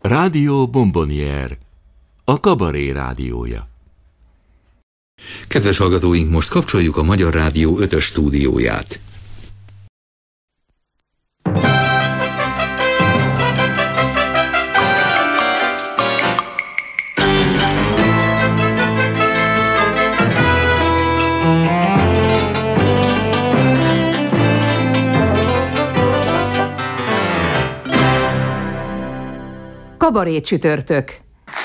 Rádió Bombonier, a kabaré rádiója. Kedves hallgatóink, most kapcsoljuk a Magyar Rádió 5-ös stúdióját. Kabaré csütörtök.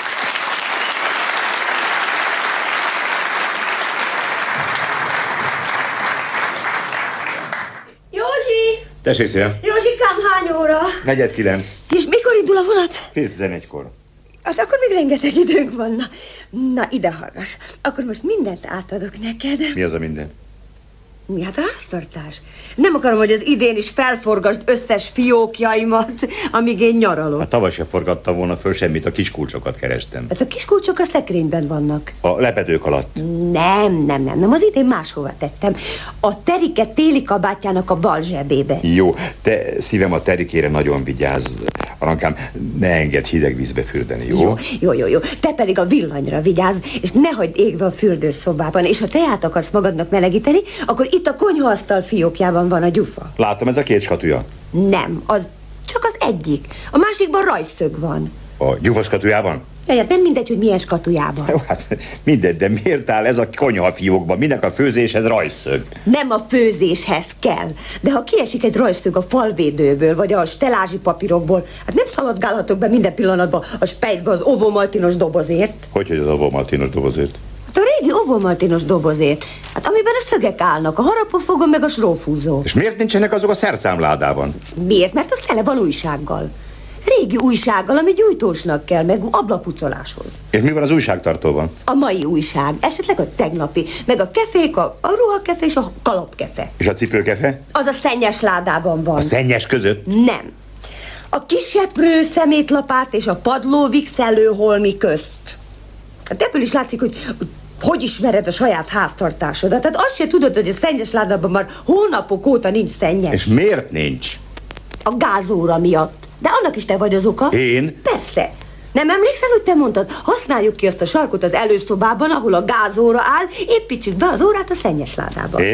Józsi! Tessék szépen! Józsikám, hány óra? 4:49. És mikor indul a vonat? 10:11-kor. Hát akkor még rengeteg időnk van. Na, ide hallgass. Akkor most mindent átadok neked. Mi az a minden? Mi hát a háztartás? Nem akarom, hogy az idén is felforgasd összes fiókjaimat, amíg én nyaralok. Hát tavaly se forgattam volna föl semmit, a kiskulcsokat kerestem. Hát a kiskulcsok a szekrényben vannak. A lepedők alatt. Nem, az idén máshova tettem. A Terike téli kabátjának a bal zsebébe. Jó, te szívem a Terikére nagyon vigyázz. Arankám, ne engedd hideg vízbe fürdeni, jó? Jó. Te pedig a villanyra vigyázz, és ne hagyd égve a fürdőszobában. És ha teát akarsz magadnak melegíteni, akkor itt a konyhaasztal fiókjában van a gyufa. Látom, ez a két skatuja. Nem, az csak az egyik. A másikban rajszög van. A gyufas skatujában? Hát nem mindegy, hogy milyen skatujában. Jó, hát mindegy, de miért áll ez a konyhafiókban? Minek a főzéshez rajszög? Nem a főzéshez kell, de ha kiesik egy rajszög a falvédőből, vagy a stelázsi papírokból, hát nem szaladgálhatok be minden pillanatban a spejtbe az ovomaltinos dobozért. Hogy az ovomaltinos dobozért? Hát a régi ovomaltinos dobozért, hát amiben a szögek állnak, a harapófogó meg a srófúzó. És miért nincsenek azok a szerszámládában? Miért? Mert az tele van újsággal. Régi újsággal, ami gyújtósnak kell, meg ablapucoláshoz. És mi van az újságtartóban? A mai újság, esetleg a tegnapi, meg a kefék, a ruhakefe és a kalapkefe. És a cipőkefe? Az a szennyes ládában van. A szennyes között? Nem. A kiseprő szemétlapát és a padló vixelőholmi közt. Hát ebből is látszik, hogy ismered a saját háztartásodat. Tehát azt se tudod, hogy a szennyes ládában már hónapok óta nincs szennyes. És miért nincs? A gázóra miatt. De annak is te vagy az oka. Én? Persze. Nem emlékszel, hogy te mondtad, használjuk ki azt a sarkot az előszobában, ahol a gázóra áll, építsük be az órát a szennyes ládába.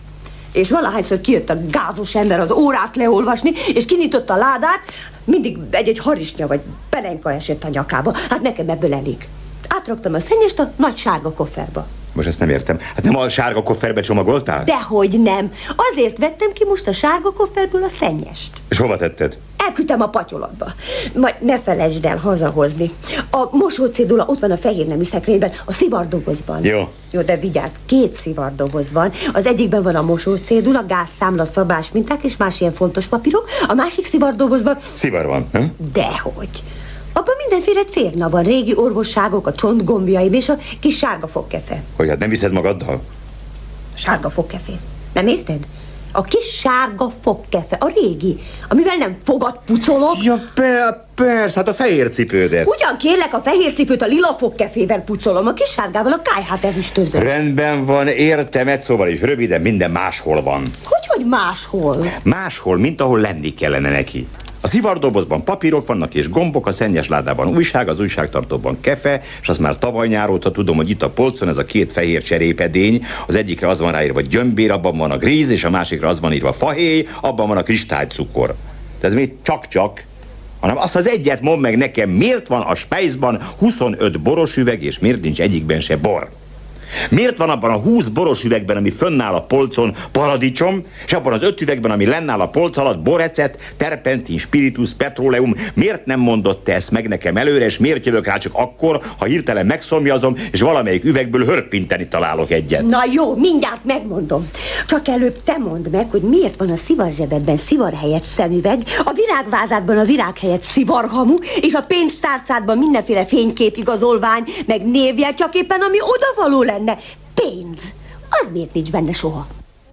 És valahányszor kijött a gázos ember az órát leolvasni, és kinyitotta a ládát, mindig egy harisnya vagy pelenka esett a nyakába. Hát nekem ebből elég. Átraktam a szennyest a nagy sárga kofferba. Most ezt nem értem. Hát nem a sárga kofferbe csomagoltál? Dehogy nem. Azért vettem ki most a sárga kofferből a szennyest. És hova tetted? Elküldtem a patyolatba. Majd ne felejtsd el hazahozni. A mosócédula ott van a fehér nemű szekrényben, a szivardobozban. Jó, de vigyázz, 2 szivardoboz van. Az egyikben van a mosócédula, gázszámla, szabás minták és más ilyen fontos papírok. A másik szivardobozban... Szivar van, hm? Dehogy. Abban mindenféle cérna van, régi orvosságok, a csontgombjaim és a kis sárga fogkefe. Hogy hát nem viszed magaddal? Sárga fogkefét. Nem érted? A kis sárga fogkefe, a régi, amivel nem fogad pucolok. Ja, persze, hát a fehér cipődet. Ugyan kérlek, a fehér cipőt a lila fogkefével pucolom, a kis sárgával a kájhát ezüstözöm. Rendben van, értem, egy szóval is röviden minden máshol van. Hogy máshol? Máshol, mint ahol lenni kellene neki. A szivardobozban papírok vannak és gombok, a szennyes ládában újság, az újságtartóban kefe, és azt már tavaly nyár óta tudom, hogy itt a polcon ez a 2 fehér cserépedény, az egyikre az van ráírva gyömbér, abban van a gríz, és a másikra az van írva fahéj, abban van a kristálycukor. De ez még csak-csak, hanem azt az egyet mondd meg nekem, miért van a spejzban 25 boros üveg, és miért nincs egyikben se bor? Miért van abban a 20 boros üvegben, ami fönnáll a polcon, paradicsom, és abban az 5 üvegben, ami lennáll a polc alatt, borecet, terpentin, spiritus, petróleum? Miért nem mondott te ezt meg nekem előre, és miért jövök rá csak akkor, ha hirtelen megszomjazom, és valamelyik üvegből hörpinteni találok egyet? Na jó, mindjárt megmondom. Csak előbb te mondd meg, hogy miért van a szivarzsebedben szivar helyett szemüveg, a virágvázádban a virág helyett szivarhamu, és a pénztárcádban mindenféle fényképigazolvány, meg névjel, csak éppen ami odavaló lenne. Pénz. Az miért nincs benne soha?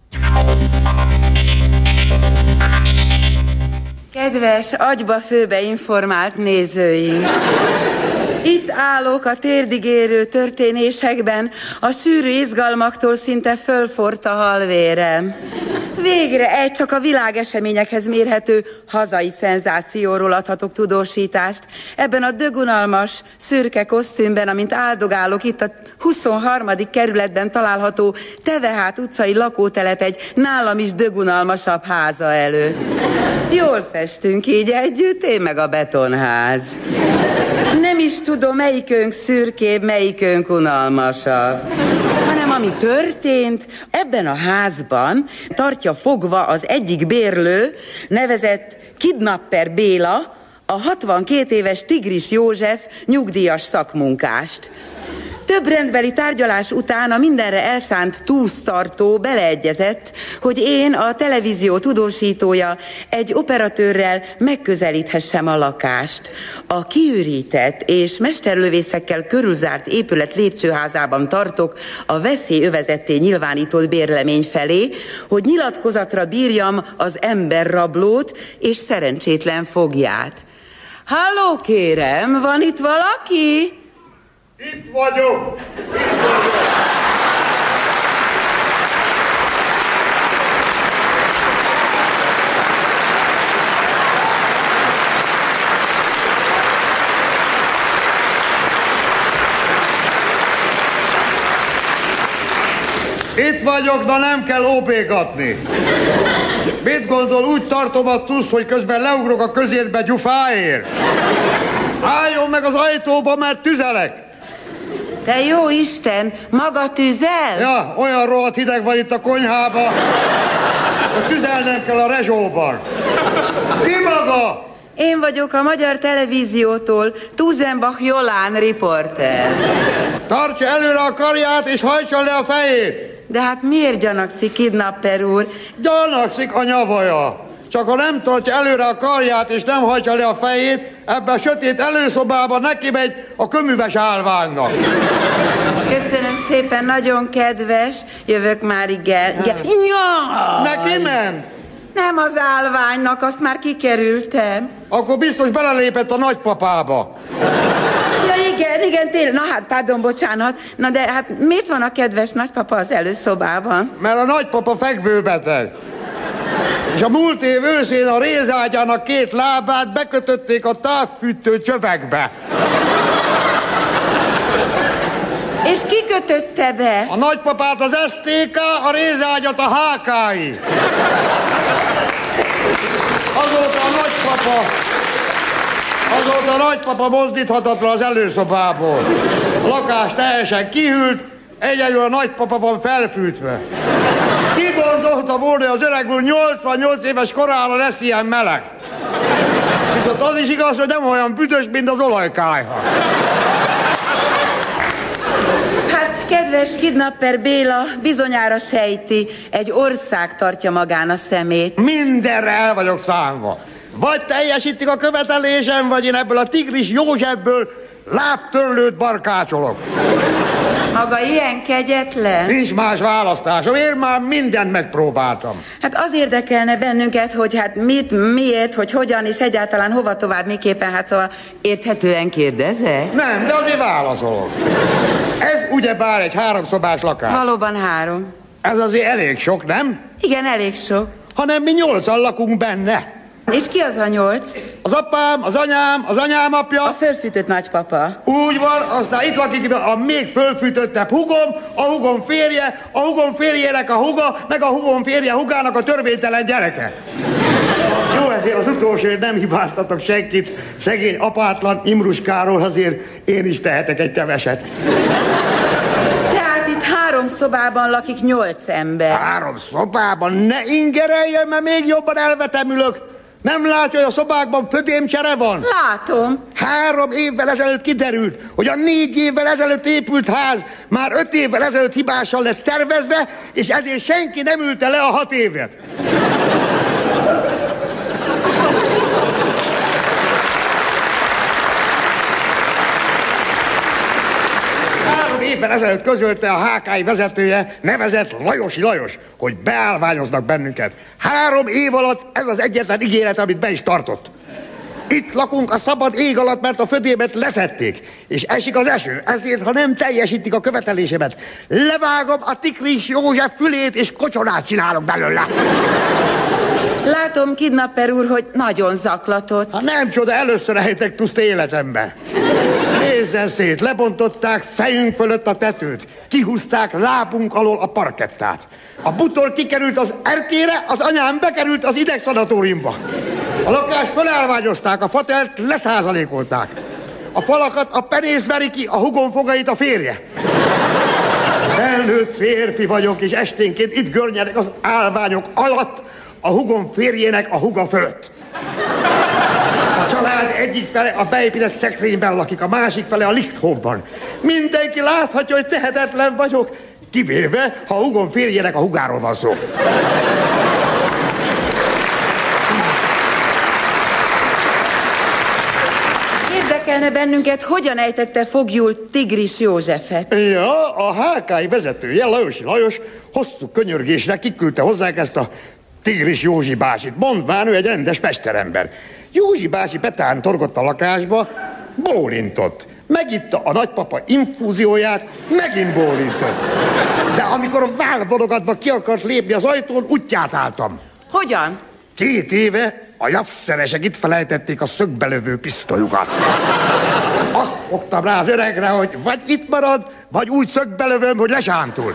Kedves, agyba főbe informált nézőink! Itt állok a térdigérő történésekben, a sűrű izgalmaktól szinte fölforrt a halvérem. Végre egy csak a világeseményekhez mérhető hazai szenzációról adhatok tudósítást. Ebben a dögunalmas, szürke kosztümben, amint áldogálok itt a 23. kerületben található Tevehát utcai lakótelep egy nálam is dögunalmasabb háza előtt. Jól festünk így együtt, én meg a betonház. Nem is tudom, melyikünk szürkébb, melyikünk unalmasabb. Hanem ami történt, ebben a házban tartja fogva az egyik bérlő, nevezett Kidnapper Béla, a 62 éves Tigris József nyugdíjas szakmunkást. Több rendbeli tárgyalás után a mindenre elszánt túsztartó beleegyezett, hogy én, a televízió tudósítója, egy operatőrrel megközelíthessem a lakást. A kiürített és mesterlövészekkel körülzárt épület lépcsőházában tartok a veszélyövezetté nyilvánított bérlemény felé, hogy nyilatkozatra bírjam az emberrablót és szerencsétlen fogját. Halló, kérem, van itt valaki? Itt vagyok! Itt vagyok, de nem kell óbégatni. Mit gondol, úgy tartom a tusz, hogy közben leugrok a közértbe gyufáért? Álljon meg az ajtóba, mert tüzelek! Te jó Isten, maga tüzel? Ja, olyan rohadt hideg van itt a konyhában, hogy tüzelnem kell a rezsóban. Ki maga? Én vagyok a Magyar Televíziótól, Tuzenbach Jolán riporter. Tartsa előre a karját és hajtsa le a fejét. De hát miért gyanakszik, Kidnapper úr? Gyanakszik a nyavaja. Csak ha nem tartja előre a karját és nem hajtja le a fejét, ebben a sötét előszobában neki megy a köműves állványnak. Köszönöm szépen, nagyon kedves. Jövök már, igen. Neki ment? Nem az állványnak, azt már kikerültem. Akkor biztos belelépett a nagypapába. Ja, igen, tényleg. Na hát, pardon, bocsánat. Na de hát miért van a kedves nagypapa az előszobában? Mert a nagypapa fekvőbeteg. És a múlt év őszén a rézágyának 2 lábát bekötötték a távfűtő csövekbe. És ki kötötte be? A nagypapát az STK, a rézágyat a HKI. Azóta a nagypapa mozdíthatatlan az előszobából. A lakás teljesen kihűlt, egyedül a nagypapa van felfűtve. Ki gondolta volna, hogy az öreg úr 88 éves korára lesz ilyen meleg? Viszont az is igaz, hogy nem olyan büdös, mint az olajkályha. Hát, kedves Kidnapper Béla, bizonyára sejti, egy ország tartja magán a szemét. Mindenre el vagyok számva. Vagy teljesítik a követelésem, vagy én ebből a Tigris Józsefből lábtörlőt barkácsolok. Maga ilyen kegyetlen? Nincs más választásom, én már mindent megpróbáltam. Hát az érdekelne bennünket, hogy hát mit, miért, hogy hogyan, és egyáltalán hova tovább, miképpen, hát szóval érthetően kérdezek? Nem, de azért válaszolok. Ez ugyebár egy 3 szobás lakás. Valóban 3. Ez azért elég sok, nem? Igen, elég sok. Hanem mi 8-an lakunk benne. És ki az a 8? Az apám, az anyám apja. A fölfűtött nagypapa. Úgy van, aztán itt lakik a még fölfűtöttebb hugom, a hugom férje, a hugom férjének a huga, meg a hugom férje hugának a törvénytelen gyereke. Jó, ezért az utolsóért nem hibáztatok senkit, szegény apátlan Imruskáról azért én is tehetek egy keveset. Tehát itt 3 szobában lakik 8 ember. 3 szobában? Ne ingereljen, mert még jobban elvetemülök. Nem látja, hogy a szobákban födémcsere van? Látom. 3 évvel ezelőtt kiderült, hogy a 4 évvel ezelőtt épült ház már 5 évvel ezelőtt hibással lett tervezve, és ezért senki nem ülte le a 6 évet. Évvel ezelőtt közölte a HKI vezetője, nevezett Lajosi Lajos, hogy beállványoznak bennünket. 3 év alatt ez az egyetlen ígéret, amit be is tartott. Itt lakunk a szabad ég alatt, mert a födémet leszették. És esik az eső, ezért, ha nem teljesítik a követelésemet, levágom a Tigris József fülét, és kocsonát csinálok belőle. Látom, kidnapper úr, hogy nagyon zaklatott. Hát nem csoda, először ejtek tuszt életembe. Nézzen szét, lebontották fejünk fölött a tetőt, kihúzták lábunk alól a parkettát. A butól kikerült az erkére, az anyám bekerült az idegszanatóriumba. A lakást felelvágyozták, a fatelt leszázalékolták. A falakat a penész veri ki, a hugom fogait a férje. Felnőtt férfi vagyok, és esténként itt görnyedek az állványok alatt, a hugom férjének a huga fölött. A család egyik fele a beépített szekrényben lakik, a másik fele a Lichthofban. Mindenki láthatja, hogy tehetetlen vagyok, kivéve, ha a hugom férjének a hugáról van szó. Érdekelne bennünket, hogyan ejtette fogjul Tigris Józsefet? Ja, a HK vezetője, Lajosi Lajos hosszú könyörgésre kiküldte hozzánk ezt a Tigris Józsi bácsit, mondván ő egy rendes mesterember. Józsi bácsi betántorgott a lakásba, bólintott. Megitta a nagypapa infúzióját, megint bólintott. De amikor válvonogatva ki akart lépni az ajtón, útját álltam. Hogyan? 2 éve a javszeresek itt felejtették a szögbelövő pisztolyukat. Azt fogtam rá az öregre, hogy vagy itt marad, vagy úgy szögbelövöm, hogy lesántul.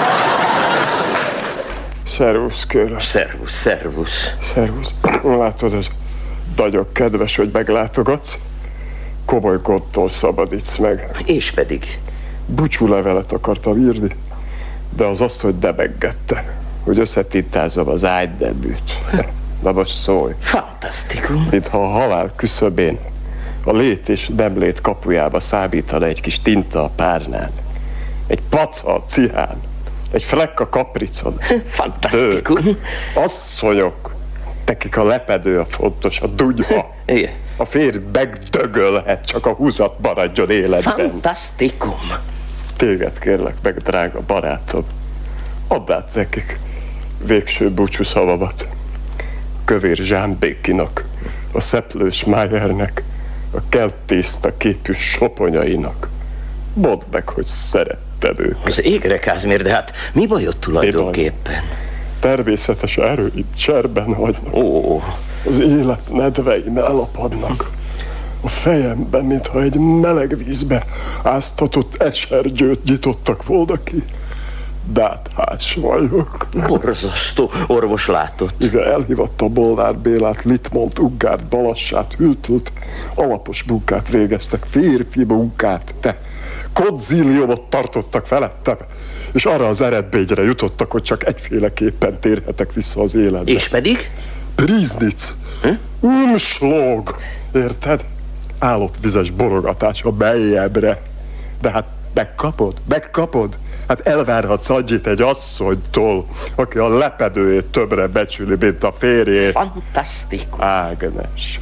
Szervusz, kérlek. Szervusz. Látod, ez nagyon kedves, hogy meglátogatsz. Komoly gondtól szabadíts meg. És pedig? Búcsúlevelet akartam írni, de az azt, hogy debeggette, hogy összetintázom az ágydebűt. Na most szólj. Fantasztikum. Mintha a halál küszöbén, a lét és nem lét kapujába számítana egy kis tinta a párnán, egy paca a cihán, egy flekk a kapricon. Fantasztikum. Asszonyok, nekik a lepedő a fontos, a dunyha. Igen. A férj megdögölhet, csak a húzat maradjon életben. Fantasztikum. Téged kérlek meg, drága barátom, add át nekik végső búcsú szavamat. Kövér Zsámbékinak, a Szeplős Májernek, a kelttészta képű soponyainak. Mondd meg, hogy szeretted őket. Az égre, Kázmér, de hát mi bajod tulajdonképpen? Természetes erőim cserben hagynak. Ó. Az élet nedveim elapadnak. A fejemben, mintha egy meleg vízbe áztatott esergyőt nyitottak volna ki. Dáthás vagyok. Borzasztó, orvos látott. Igen, elhívatta Molnár Bélát, Littmont, Unggárt, Balassát, Hültült. Alapos munkát végeztek, férfi munkát, te. Konzíliumot tartottak felettem, és arra az eredményre jutottak, hogy csak egyféleképpen térhetek vissza az életbe. És pedig? Priznitz. Umschlag. Érted? Állott vizes borogatás a mélyebbre. De hát megkapod. Hát elvárhatsz annyit egy asszonytól, aki a lepedőjét többre becsüli, mint a férjét. Fantasztikus. Ágnes.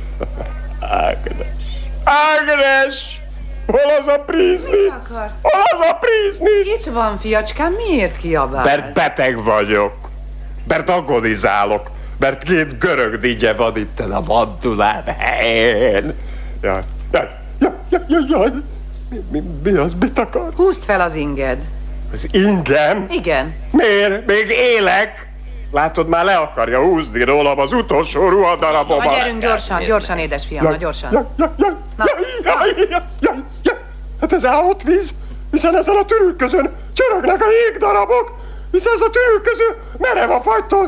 Hol az a Priznitz? Itt van, fiacskám, miért kiabálsz? Mert beteg vagyok. Mert agonizálok. Mert 2 görög dinnye van itt a Mandulán helyén. Jaj. Mi az? Mit akarsz? Húzd fel az inged. Az ingem? Igen. Miért? Még élek? Látod, már le akarja húzni rólam az utolsó ruhadarabomat. Na gyerünk gyorsan, édesfiam, na gyorsan. Hát ez állott víz, hiszen ezen a tűrőközön csörögnek a jégdarabok, hiszen ez a tűrőköző merev a fagytól.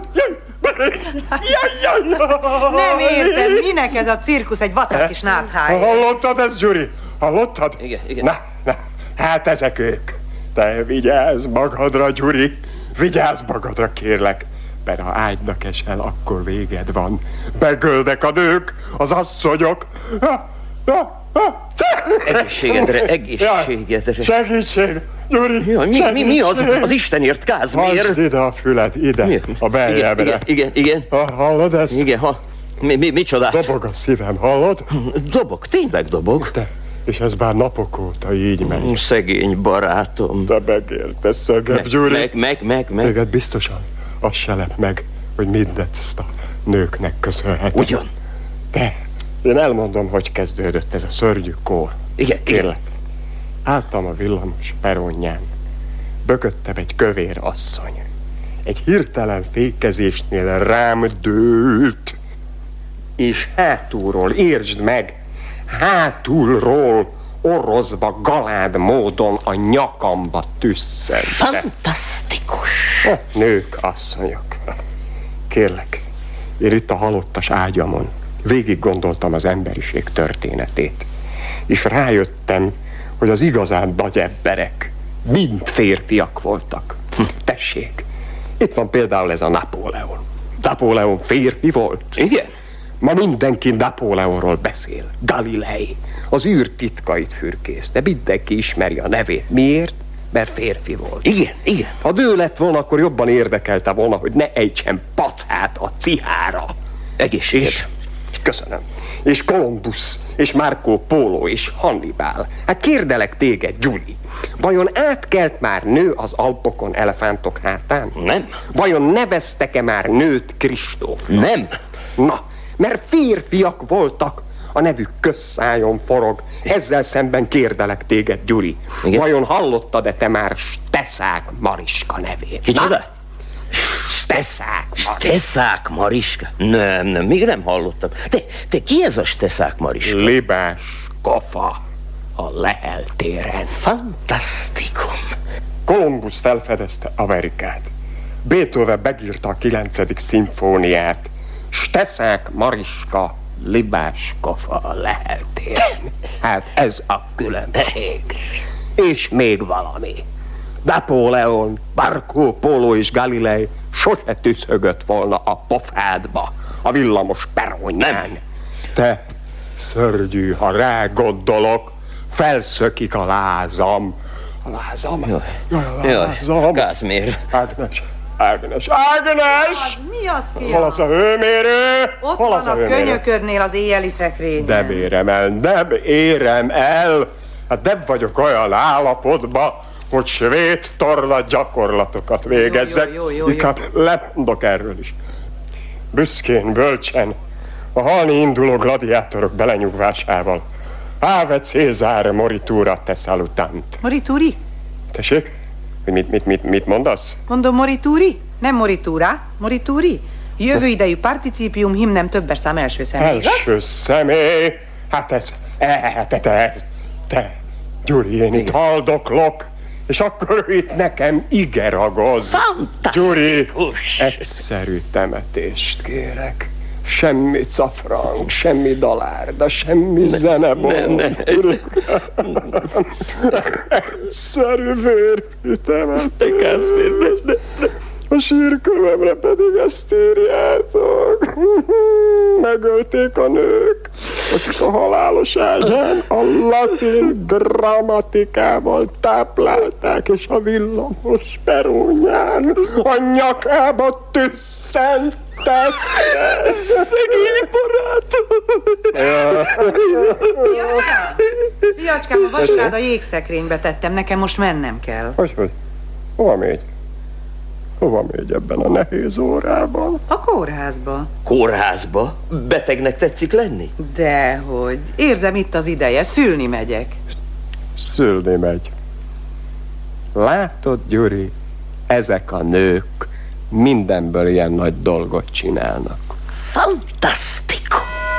Nem értem, minek ez a cirkusz egy vacak kis nátháj? Hallottad ezt, Gyuri? Hallottad? Igen. Na, hát ezek ők. Te vigyázz magadra, Gyuri, vigyázz magadra, kérlek. Mert ha ágynak esel, akkor véged van. Begölnek a nők, az asszonyok. Egészségedre. Segítség, Gyuri, Jaj, mi az? Az Istenért, Kázmér. Hallgass ide a füled, ide, a beljebbre. Igen. Hallod ezt? Igen, micsodát? Dobog a szívem, hallod? Dobog, tényleg dobog. És ez már napok óta így megy. Szegény barátom. De megérte szögebb, Gyuri. Meg. Téged biztosan az se lep meg, hogy mindent ezt a nőknek köszönhetem. Ugyan? De Én elmondom, hogy kezdődött ez a szörnyű kór. Igen, kérlek. Álltam a villamos peronján. Bököttem egy kövér asszony. Egy hirtelen fékezésnél rám dőlt. És hátulról, értsd meg, hátulról orrozva galád módon a nyakamba tüsszent. Fantasztikus! Nők, asszonyok. Kérlek, én itt a halottas ágyamon végig gondoltam az emberiség történetét. És rájöttem, hogy az igazán nagy emberek mind férfiak voltak. Tessék, itt van például ez a Napóleon. Napóleon férfi volt? Igen. Ma mindenki Napóleonról beszél. Galilei az űr titkait fürkészte. Mindenki ismeri a nevét. Miért? Mert férfi volt. Igen, igen. Ha nő lett volna, akkor jobban érdekelte volna, hogy ne ejtsen pacát a cihára. Egészséget. Köszönöm. És Kolumbusz, és Marco Polo, és Hannibal. Hát kérdelek téged, Gyuri, vajon átkelt már nő az Alpokon elefántok hátán? Nem. Vajon neveztek-e már nőt Kristófnak? Nem. Na, mert férfiak voltak. A nevük közszájon forog. Ezzel szemben kérdelek téged, Gyuri. Igen? Vajon hallottad-e te már Steszák Mariska nevét? Kicsoda? Steszák Mariska? Nem, még nem hallottam. Te ki ez a Steszák Mariska? Libás Kofa a Lehel téren. Fantasztikum. Kolumbusz felfedezte Amerikát. Beethoven megírta a 9. szimfóniát. Steszák Mariska, Libás Kofa a Lehel téren. Hát ez a különbség. És még valami. Napóleon, Marco Polo és Galilei sose tüszögött volna a pofádba, a villamos peronján. Nem. Te, szörnyű, ha rágondolok, felszökik a lázam. A lázam? Jaj, a lázam. Kázmér. Ágnes! Mi az, fiam? Hol az a hőmérő? Ott van a könyöködnél az éjjeli szekrényen. Nem érem el. Hát nem vagyok olyan állapotban, hogy svéd torna gyakorlatokat végezzek. Jó. Inkább lemondok erről is. Büszkén, bölcsen, a halni induló gladiátorok belenyugvásával. Ave Cézár moritura te salutant. Morituri? Tessék? Mit mondasz? Mondom morituri? Nem moritúra, morituri. Jövő idejű participium himnem többes szám első személy. Első személy? Hát ez, te, Gyuri, én itt haldoklok, és akkor itt nekem igeragoz. Fantasztikus! Gyuri, egyszerű temetést kérek. Semmi cafrang, semmi dalárda, semmi zenebon. Egyszerű férfi temetés. A sírkövemre pedig ezt írjátok. Megölték a nők, akik a halálos ágyán a latin grammatikával táplálták, és a villamos peronján a nyakába tüsszentek. Szegény barátom! Fiacskám, a vacsorád a jégszekrénybe tettem, nekem most mennem kell. Hogy? Hova megy? Hova megy ebben a nehéz órában? A kórházba. Kórházba? Betegnek tetszik lenni? Dehogy. Érzem, itt az ideje, szülni megyek. Szülni megy. Látod, Gyuri, ezek a nők mindenből ilyen nagy dolgot csinálnak. Fantasztikus!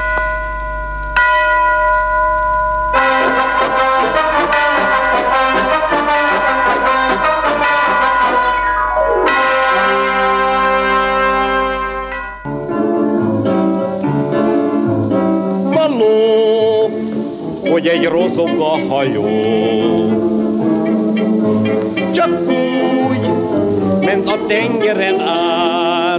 Való, hogy egy rozog a hajó, csak úgy ment a tengeren át,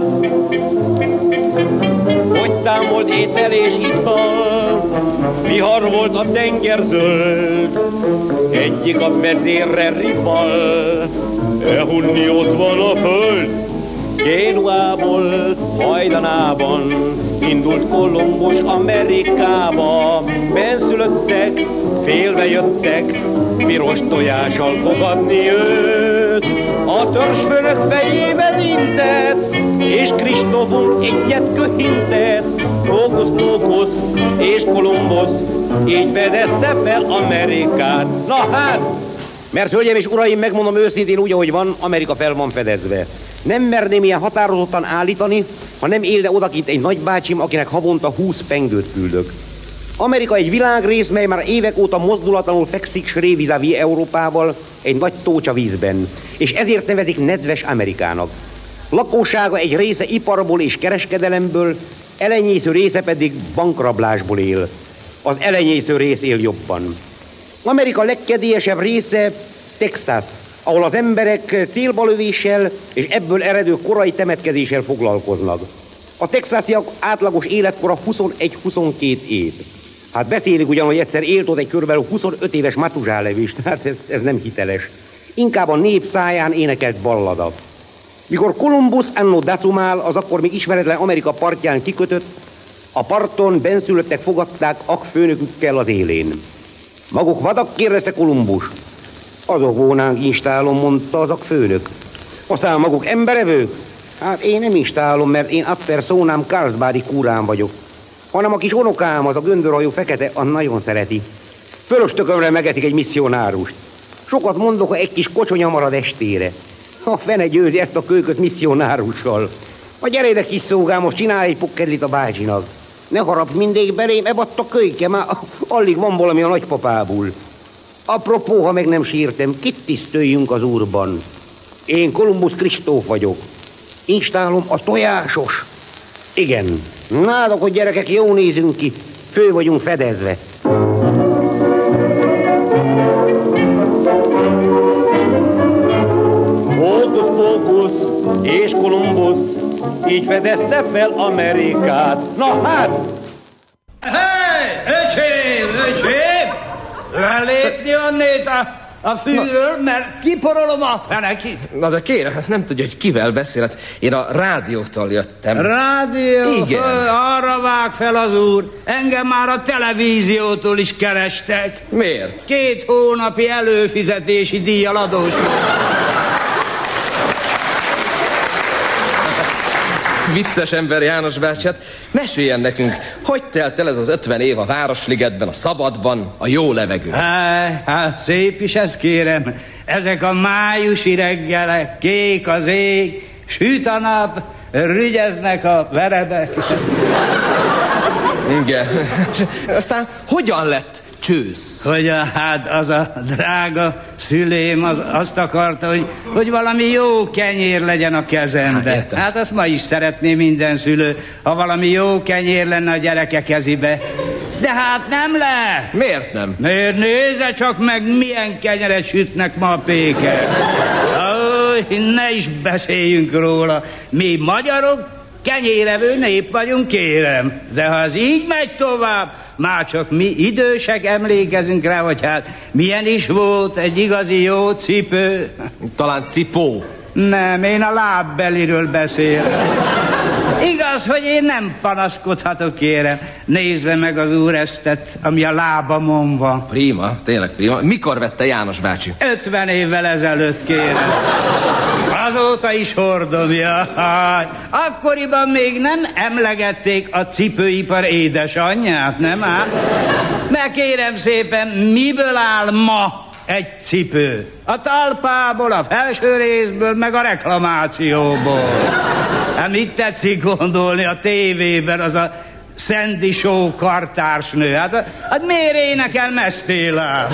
hogy támolt étel és ital, vihar volt a tenger zöld, egyik a vezérre rival, elhunni ott van a föld. Génuából hajdanában indult Kolumbus Amerikába, benszülöttek, félve jöttek, piros tojással fogadni őt. A törzsfőnök fejével intett, és Kristófunk egyet köhintett, Hókusz-pókusz és Kolumbusz így fedezte fel Amerikát. Na hát, mert hölgyeim és uraim, megmondom őszintén úgy, ahogy van, Amerika fel van fedezve. Nem merném ilyen határozottan állítani, ha nem élne odakint egy nagybácsim, akinek havonta 20 pengőt küldök. Amerika egy világrész, mely már évek óta mozdulatlanul fekszik sré vis-a-vis Európával egy nagy tócsa vízben, és ezért nevezik nedves Amerikának. Lakossága egy része iparból és kereskedelemből, elenyésző része pedig bankrablásból él. Az elenyésző rész él jobban. Amerika legkedélyesebb része Texas, ahol az emberek célbalövéssel és ebből eredő korai temetkezéssel foglalkoznak. A texasiak átlagos életkora 21-22 év. Hát beszélik ugyan, hogy egyszer élt ott egy körülbelül 25 éves Matuzsálev is, tehát ez nem hiteles. Inkább a nép száján énekelt ballada. Mikor Kolumbusz anno dacumál, az akkor még ismeretlen Amerika partján kikötött, a parton benszülöttek fogadták akfőnökükkel az élén. Maguk vadak, kérdezte Kolumbusz. Azok volnánk instálom, mondta az akfőnök. Aztán maguk emberevők? Hát én nem instálom, mert én ad personám Carlsbadi kúrám vagyok. Hanem a kis unokám, az a göndörhajú fekete, az nagyon szereti. Fölöstökömre megetik egy misszionárust. Sokat mondok, ha egy kis kocsonya marad estére. A fene győzi ezt a kölyköt misszionárussal. A gyere ide, kis szolgám, most csinálj egy pukkedlit a bácsinak. Ne harapj mindig belém, ebadt a kölyke, már alig van valami a nagypapából. Apropó, ha meg nem sírtem, kit tisztöljünk az úrban? Én Kolumbusz Kristóf vagyok. Instálom a tojásos. Igen. Nádok, hogy gyerekek, jó nézünk ki. Fő vagyunk fedezve. Hókusz-pókusz és Kolumbusz így fedezte fel Amerikát. Na hát! Hey, öcsém! Lelépni onnét a fűről, mert kiporolom a fenekit. Na de kérem, nem tudja, hogy kivel beszélt. Én a rádiótól jöttem. Rádió? Igen. Arra vág fel az úr. Engem már a televíziótól is kerestek. Miért? 2 hónapi előfizetési díjjal adósult. Vicces ember János bácsi, hát meséljen nekünk, hogy telt el ez az 50 év a Városligetben, a szabadban, a jó levegő? Szép is ez, kérem. Ezek a májusi reggelek, kék az ég, süt a nap, rügyeznek a verebek. Igen. Aztán hogyan lett csősz? Hogy hát az a drága szülém azt akarta, hogy valami jó kenyér legyen a kezembe. Hát azt ma is szeretné minden szülő, ha valami jó kenyér lenne a gyereke kezébe. De hát nem lehet. Miért nem? Miért? Nézze csak meg, milyen kenyeret sütnek ma a pékek. Ne is beszéljünk róla. Mi magyarok kenyérevő nép vagyunk, kérem. De ha az így megy tovább, már csak mi idősek emlékezünk rá, hogy hát milyen is volt egy igazi jó cipő. Talán cipó. Nem, én a lábbeliről beszélek. Igaz, hogy én nem panaszkodhatok, kérem. Nézze meg az úresztet, ami a lábamon van. Prima, tényleg prima. Mikor vette János bácsi? 50 évvel ezelőtt, kérem. Azóta is hordom, jaj. Akkoriban még nem emlegették a cipőipar édesanyját, nem ám? Mert kérem szépen, miből áll ma egy cipő? A talpából, a felső részből, meg a reklamációból. Hát mit tetszik gondolni a tévében az a Sandy Show kartársnő? Hát miért énekel Mesztélát?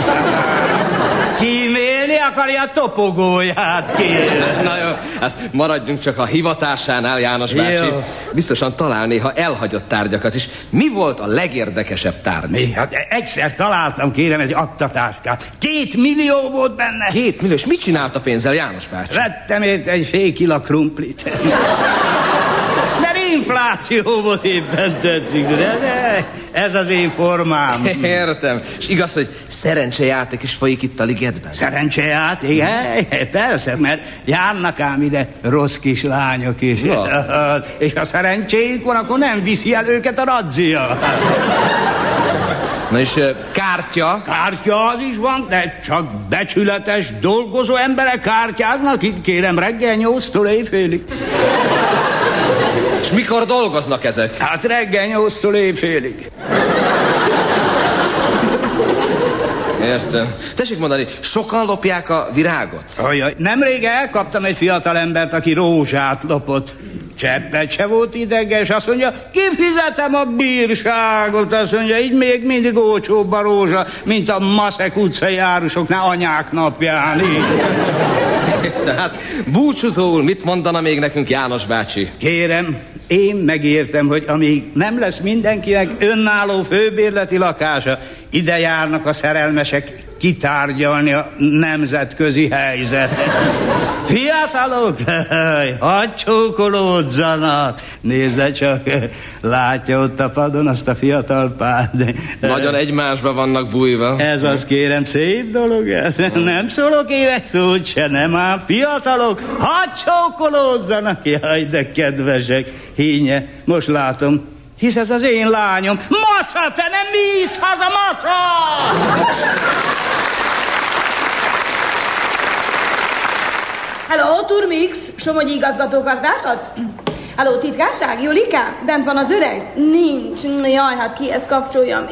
Kímélni akarja a topogóját, kérem. Na jó, hát maradjunk csak a hivatásánál, János bácsi. Jó. Biztosan talál néha elhagyott tárgyakat is. Mi volt a legérdekesebb tárgy? Mi? Hát egyszer találtam, kérem, egy aktatáskát. 2 millió volt benne. 2 millió? És mit csinált a pénzzel, János bácsi? Vettem érte egy fél kila krumplit. Mert infláció volt, éppen tetszik, de ez az én formám. Értem. És igaz, hogy szerencsejáték is folyik itt a ligetben? Szerencsejáték? Persze, mert járnak ám ide rossz kis lányok is. No. És ha szerencséjük van, akkor nem viszi el őket a razzia. Na és kártya? Kártya az is van, de csak becsületes, dolgozó emberek kártyáznak itt, kérem, reggel 8-tól éjfélig. És És mikor dolgoznak ezek? Hát reggel 8-tól éjfélig. Értem. Tessék mondani, sokan lopják a virágot? Ajaj, nemrég elkaptam egy fiatal embert, aki rózsát lopott. Cseppet se volt ideges, azt mondja, kifizetem a bírságot, azt mondja, így még mindig olcsóbb a rózsa, mint a Maszek utcai árusoknál anyák napján. Tehát búcsúzóul mit mondana még nekünk János bácsi? Kérem, én megértem, hogy amíg nem lesz mindenkinek önálló főbérleti lakása, ide járnak a szerelmesek kitárgyalni a nemzetközi helyzetet. Fiatalok, hadd csókolódzanak. Nézd csak, látja ott a padon azt a fiatal párt. Nagyon egymásba vannak bújva. Ez az, kérem, szép dolog ez. Nem szólok én egy szót se, nem ám. Fiatalok, hadd csókolódzanak. Jaj, de kedvesek. Hínje, most látom, hisz ez az én lányom. Maca, te nem visz haza, Maca! Hello, Turmix, Somogyi igazgatókartársat? Hello, titkárság, Julikám? Bent van az öreg? Nincs. Jaj, hát kihez kapcsoljam?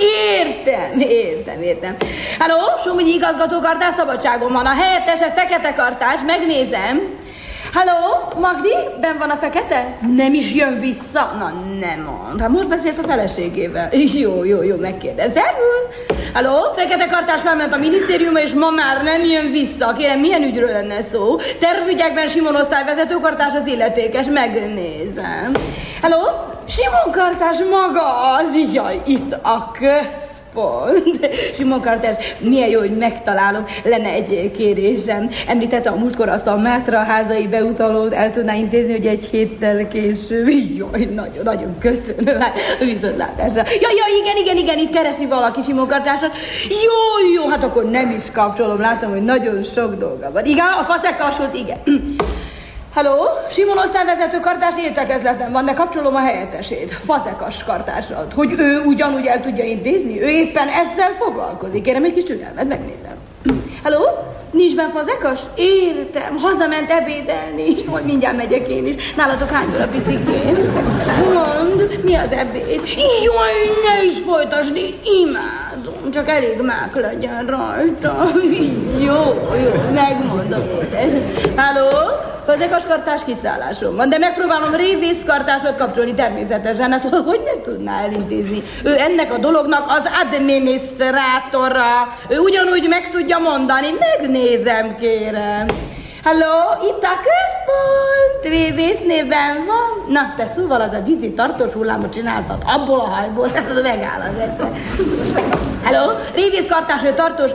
Értem. Hello, Somogyi igazgatókartás szabadságon van. A helyettese Fekete Kartás, megnézem. Hello, Magdi, benn van a Fekete? Nem is jön vissza? Na, nem mond. Hát most beszélt a feleségével. Jó, megkérdez. Szervusz! Hello, Fekete Kartás felment a minisztériumba, és ma már nem jön vissza. Kérem, milyen ügyről lenne szó? Tervügyekben Simon osztályvezető kartás az illetékes, megnézem. Hello, Simon Kartás maga az, jaj, itt a központ. Simon Kartás, milyen jó, hogy megtalálom. Lenne egy kérésem. Említette a múltkor azt a Mátra házai beutalót, el tudná intézni, hogy egy héttel később. Jaj, nagyon köszönöm. Viszontlátásra. Igen, itt keresi valaki Simon Kartásat. Jó, hát akkor nem is kapcsolom. Látom, hogy nagyon sok dolga van. Igen, a faszekashoz, igen. Hello, Simon osztályvezető kartás értekezleten van, de kapcsolom a helyettesét, Fazekas kartársat, hogy ő ugyanúgy el tudja intézni, ő éppen ezzel foglalkozik. Kérem egy kis türelmet, megnézem. Hello, nincs benn Fazekas? Értem, hazament ebédelni. Hogy mindjárt megyek én is. Nálatok hány a picikén? Mondd, mi az ebéd? Jaj, ne is folytasd, imádom, csak elég mák legyen rajta. Jó, megmondom. Hello? Fazekas kartás kiszálláson van, de megpróbálom révész kartásot kapcsolni természetesen. Hát hogy ne tudná elintézni? Ő ennek a dolognak az adminisztrátora. Ő ugyanúgy meg tudja mondani. Megnézem, kérem. Hello, itt a központ. Révész néven van. Na, te szóval az a vízi tartós hullámot csináltad abból a hajból, tehát az megáll az esze. Hello, révész kartás, ő tartós,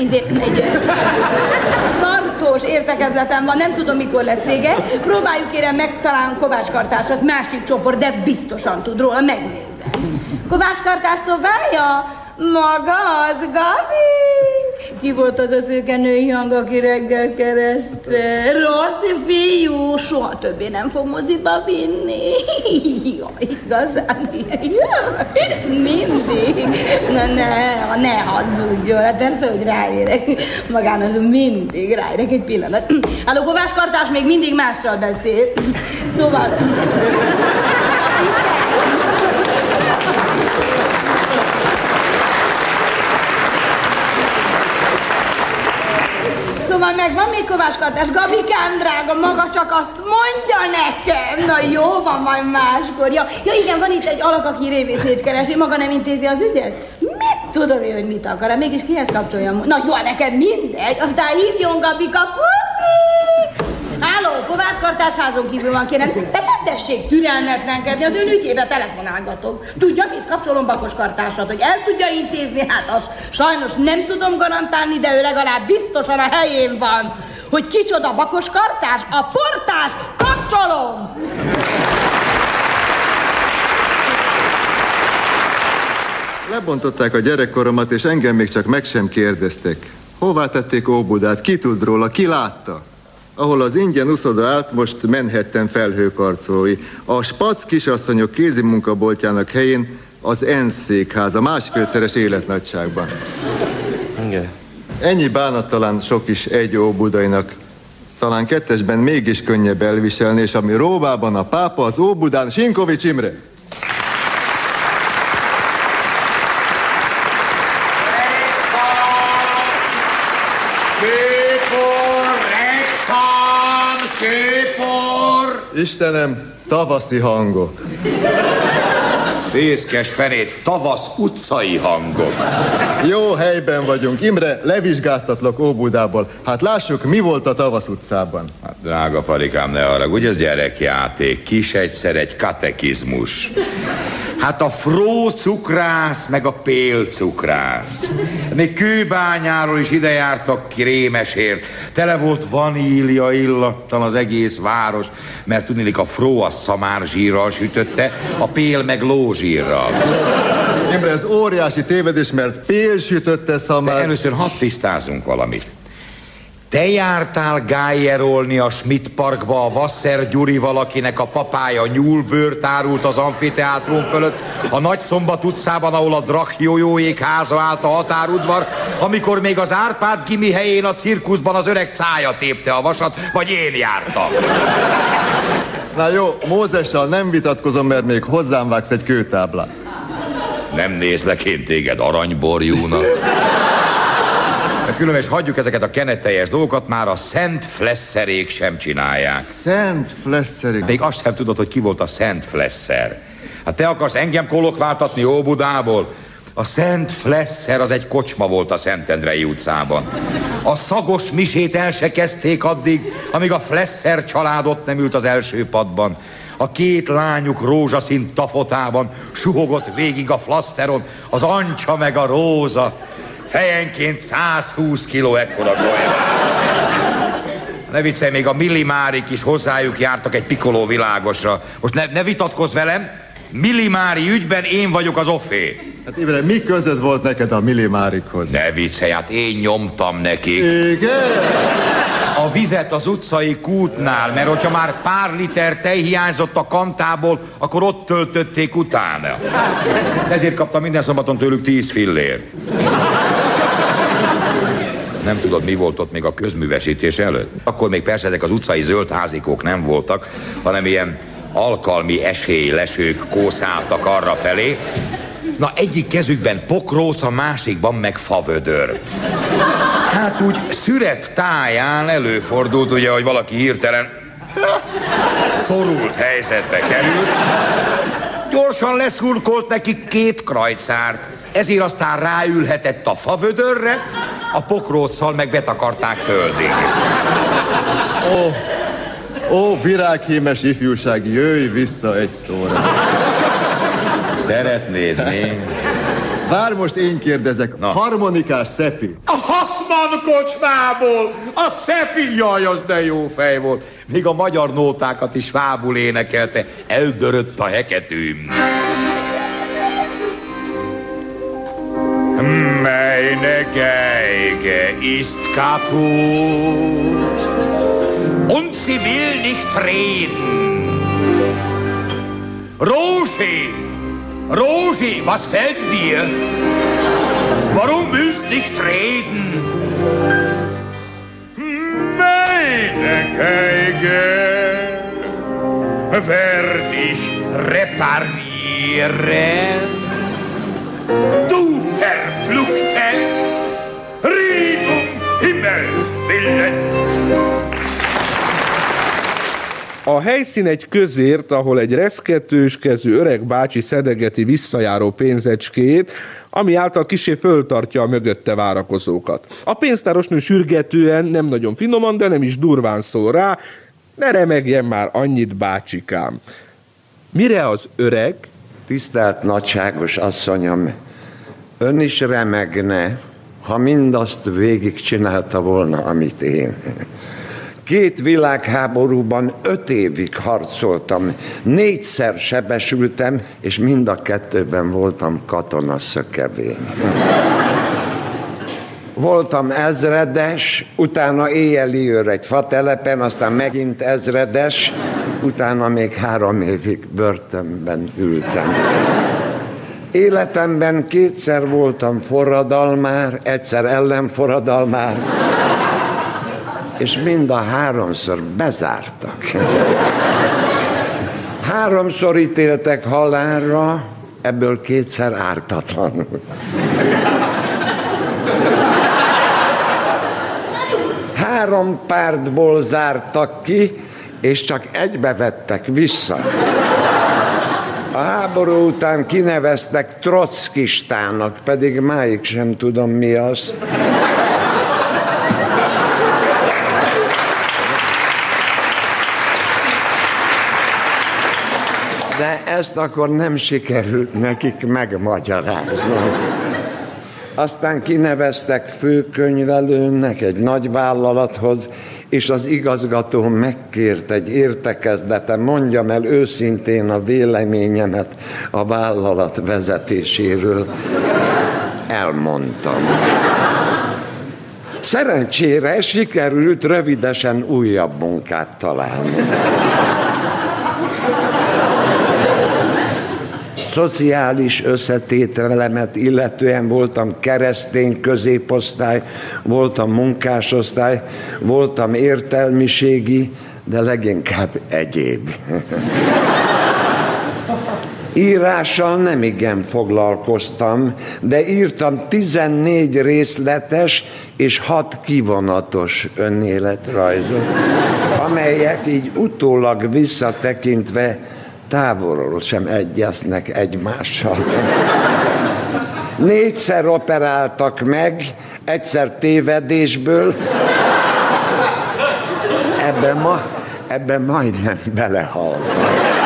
tartós értekezleten van, nem tudom mikor lesz vége. Próbáljuk kérem meg talán Kovács kartásot, másik csoport, de biztosan tud róla, megnézem. Kovács kartás szobája? Maga az, Gabi? Ki volt az a szőke női hang, aki reggel kereste? Rossz fiú, soha többé nem fog moziba vinni. Jaj, igazán, mindig. Na ne hazudjon, persze, hogy ráérek. Magának mindig ráérek egy pillanat. Halló, Kovács kartás még mindig mással beszél. Szóval... Szóval megvan még Kovács kartás. Gabikám drága, maga csak azt mondja nekem. Na jó, van majd máskor. Ja, igen, van itt egy alak, aki révészét keresi. Maga nem intézi az ügyet? Mit tudom én, hogy mit akar? Mégis kihez kapcsoljam? Na jó, neked mindegy. Aztán hívjon Gabika, puszi! Háló, Kovács kartás házon kívül van, kérem. De tessék türelmetlenkedni, az ön ügyébe telefonálgatok. Tudja, mit kapcsolom Bakos kartásat, hogy el tudja intézni? Hát azt sajnos nem tudom garantálni, de ő legalább biztosan a helyén van. Hogy kicsoda Bakos kartás? A portás, kapcsolom! Lebontották a gyerekkoromat, és engem még csak meg sem kérdeztek. Hová tették Óbudát? Ki tud róla? Ki látta? Ahol az ingyen uszoda állt, most Manhattan felhőkarcolói. A Spac kisasszonyok kézimunkaboltjának helyén az ENSZ székháza, másfélszeres életnagyságban. Igen. Ennyi bánattalan sok is egy óbudainak. talán kettesben mégis könnyebb elviselni, és ami Rómában a pápa, az Óbudán Sinkovics Imre. Istenem, tavaszi hangok. Fészkes fenét, tavasz utcai hangok. Jó helyben vagyunk. Imre, levizsgáztatlak Óbudából. Hát lássuk, mi volt a Tavasz utcában. Hát, drága parikám, ne haragudj, ez gyerekjáték. Kis egyszer egy katekizmus. Hát a fró cukrász, meg a pél cukrász. Még Kőbányáról is ide jártak krémesért. Tele volt vanília illattal az egész város, mert tudniillik a fró a szamárzsírral sütötte, a pél meg lózsírral. Imre, ez óriási tévedés, mert pél sütötte szamár... De először hadd tisztázunk valamit. Te jártál gályerolni a Schmidt Parkba a Wasser Gyuri valakinek a papája nyúlbőrt árult az amfiteátrum fölött, a Nagyszombat utcában, ahol a Drachjójóék háza állt a határudvar, amikor még az Árpád gimi helyén a cirkuszban az öreg cája tépte a vasat, vagy én jártam. Na jó, Mózessal nem vitatkozom, mert még hozzám vágsz egy kőtáblát. Nem nézlek én téged aranyborjúnak. Különben is hagyjuk ezeket a kenetteljes dolgokat, már a Szent Flesszerék sem csinálják. Szent Flesszerék? Még azt sem tudod, hogy ki volt a Szent Flesser. Hát te akarsz engem kollokváltatni Óbudából? A Szent Flesser az egy kocsma volt a Szentendrei utcában. A szagos misét el se kezdték addig, amíg a Flesser család ott nem ült az első padban. A két lányuk rózsaszín tafotában suhogott végig a flaszteron, az Ancsa meg a Róza. Fejenként 120 kiló ekkora golyvár. Ne viccelj, még a Millimárik is hozzájuk jártak egy Piccolo világosra. Most ne vitatkozz velem, Millimári ügyben én vagyok az offé. Hát Imre, mi között volt neked a Millimárikhoz? Ne viccelj, hát én nyomtam nekik. Igen? A vizet az utcai kútnál, mert hogyha már pár liter tej hiányzott a kantából, akkor ott töltötték utána. Ezért kaptam minden szombaton tőlük 10 fillért. Nem tudod, mi volt ott még a közművesítés előtt? Akkor még persze ezek az utcai zöld házikók nem voltak, hanem ilyen alkalmi esélylesők kószáltak arra felé. Na, egyik kezükben pokróc, a másikban meg favödör. Hát úgy szüret táján előfordult, ugye, hogy valaki hirtelen szorult helyzetbe került. Gyorsan leszurkolt nekik 2 krajcárt, ezért aztán ráülhetett a favödörre, a pokróccal meg betakarták földig. Ó, virághímes ifjúság, jöjj vissza egy szóra. Szeretnéd mi? Várj, most én kérdezek. Na. Harmonikás Szepi. A Hassmann kocsmából! A Szepi, jaj, az de jó fej volt. Még a magyar nótákat is svábul énekelte. Eldörött a heketűm. Meine Geige ist kaputt und sie will nicht reden. Rosi, was fällt dir? Warum willst nicht reden? Meine Geige werd ich reparieren. Du verfluchte, rieb Himmels willen! A helyszín egy közért, ahol egy reszketős kezű öreg bácsi szedegeti visszajáró pénzecskét, ami által kissé föltartja a mögötte várakozókat. A pénztárosnő sürgetően, nem nagyon finoman, de nem is durván szól rá, ne remegjen már annyit, bácsikám. Mire az öreg? Tisztelt nagyságos asszonyom, ön is remegne, ha mindazt végigcsinálta volna, amit én. 2 világháborúban 5 évig harcoltam, 4-szer sebesültem, és mind a 2-ben voltam katonaszökevény. Voltam ezredes, utána éjjeli őr egy fatelepen, aztán megint ezredes, utána még 3 évig börtönben ültem. Életemben 2-szer voltam forradalmár, egyszer ellenforradalmár, és mind a 3-szor bezártak. 3-szor ítéltek halálra, ebből 2-szer ártatlanul. Három pártból zártak ki, és csak egybe vettek vissza. A háború után kineveztek trockistának, pedig máig sem tudom, mi az. De ezt akkor nem sikerült nekik megmagyaráznom. Aztán kineveztek főkönyvelőnek egy nagy vállalathoz, és az igazgató megkért egy értekezleten, mondjam el őszintén a véleményemet a vállalat vezetéséről. Elmondtam. Szerencsére sikerült rövidesen újabb munkát találni. Szociális összetételemet illetően voltam keresztény középosztály, voltam munkásosztály, voltam értelmiségi, de leginkább egyéb. Írással nemigen foglalkoztam, de írtam 14 részletes és 6 kivonatos önéletrajzot, amelyek így utólag visszatekintve távolról sem egyeznek egymással. 4-szer operáltak meg, egyszer tévedésből. Ebben majdnem belehaltam.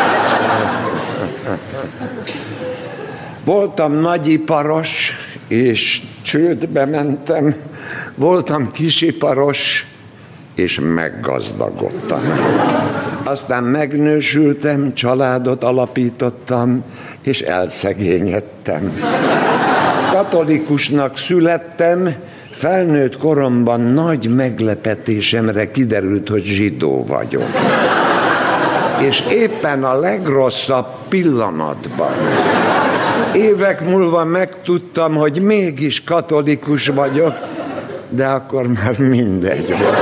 Voltam nagyiparos, és csődbe mentem. Voltam kisiparos, és meggazdagodtam. Aztán megnősültem, családot alapítottam, és elszegényedtem. Katolikusnak születtem, felnőtt koromban nagy meglepetésemre kiderült, hogy zsidó vagyok. És éppen a legrosszabb pillanatban, évek múlva megtudtam, hogy mégis katolikus vagyok, de akkor már mindegy volt.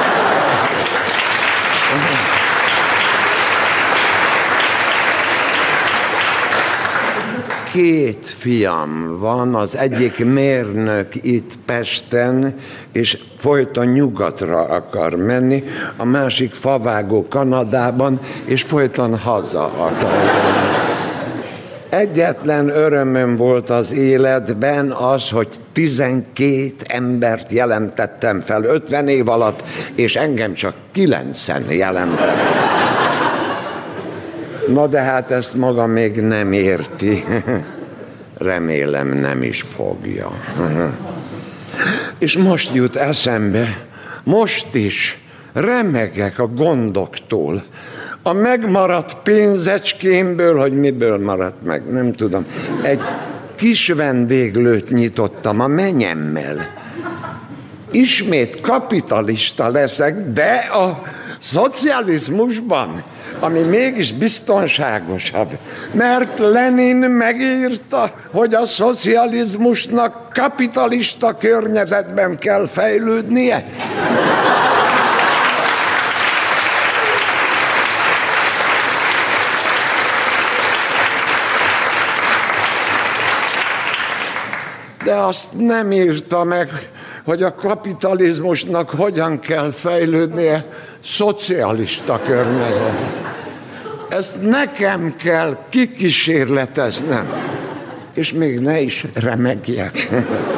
Két fiam van, az egyik mérnök itt Pesten, és folyton nyugatra akar menni, a másik favágó Kanadában, és folyton haza akar menni. Egyetlen örömöm volt az életben az, hogy 12 embert jelentettem fel 50 év alatt, és engem csak 9-en jelentettek. Na de hát ezt maga még nem érti. Remélem nem is fogja. És most jut eszembe, most is remegek a gondoktól. A megmaradt pénzecskémből, hogy miből maradt meg, nem tudom, egy kis vendéglőt nyitottam a menyemmel. Ismét kapitalista leszek, de a szocializmusban, ami mégis biztonságosabb. Mert Lenin megírta, hogy a szocializmusnak kapitalista környezetben kell fejlődnie. De azt nem írta meg, hogy a kapitalizmusnak hogyan kell fejlődnie szocialista környezetben. Ezt nekem kell kikísérleteznem, és még ne is remegjek.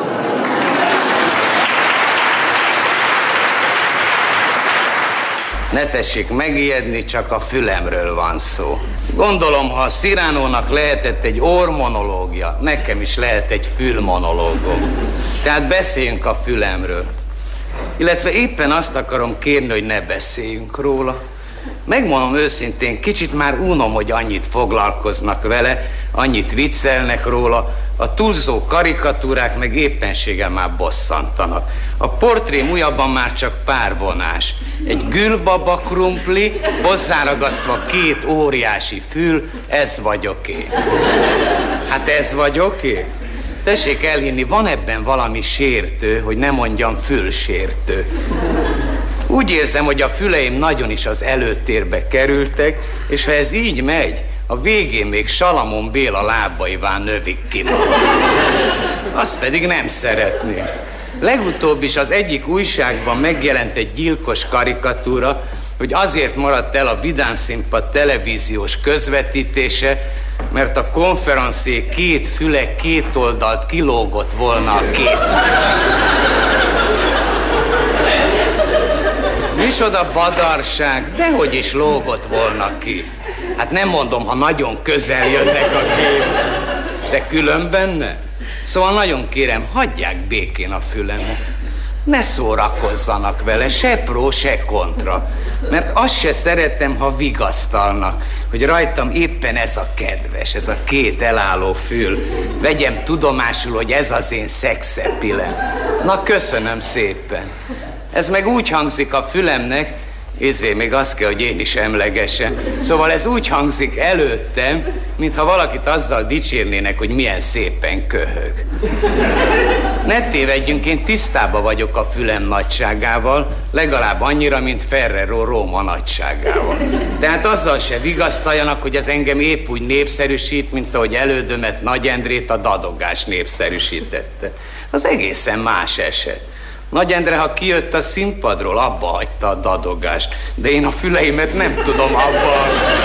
Ne tessék megijedni, csak a fülemről van szó. Gondolom, ha a Cyranonak lehetett egy orrmonológia, nekem is lehet egy fülmonológom. Tehát beszéljünk a fülemről. Illetve éppen azt akarom kérni, hogy ne beszéljünk róla. Megmondom őszintén, kicsit már unom, hogy annyit foglalkoznak vele, annyit viccelnek róla, a túlzó karikatúrák meg éppenséggel már bosszantanak. A portrém újabban már csak pár vonás. Egy gülbaba krumpli, hozzáragasztva 2 óriási fül, ez vagyok én. Hát ez vagyok én? Tessék elhinni, van ebben valami sértő, hogy ne mondjam fülsértő. Úgy érzem, hogy a füleim nagyon is az előtérbe kerültek, és ha ez így megy, a végén még Salamon Béla lábaiván növik ki magam. Azt pedig nem szeretném. Legutóbb is az egyik újságban megjelent egy gyilkos karikatúra, hogy azért maradt el a Vidám Színpad televíziós közvetítése, mert a konferencié két füle két oldalt kilógott volna a készülékben. Micsoda badarság, dehogy is lógott volna ki. Hát nem mondom, ha nagyon közel jönnek a gép, de különben ne. Szóval nagyon kérem, hagyják békén a fülemet. Ne szórakozzanak vele, se pró, se kontra. Mert azt se szeretem, ha vigasztalnak, hogy rajtam éppen ez a kedves, ez a két elálló fül. Vegyem tudomásul, hogy ez az én szexepilem. Na, köszönöm szépen. Ez meg úgy hangzik a fülemnek, még azt kell, hogy én is emlegessem. Szóval ez úgy hangzik előttem, mintha valakit azzal dicsérnének, hogy milyen szépen köhög. Ne tévedjünk, én tisztában vagyok a fülem nagyságával, legalább annyira, mint Ferrero Róma nagyságával. Tehát azzal se vigasztaljanak, hogy ez engem épp úgy népszerűsít, mint ahogy elődömet Nagy Endrét a dadogás népszerűsítette. Az egészen más eset. Nagy Endre, ha kijött a színpadról, abba hagyta a dadogást, de én a füleimet nem tudom abba.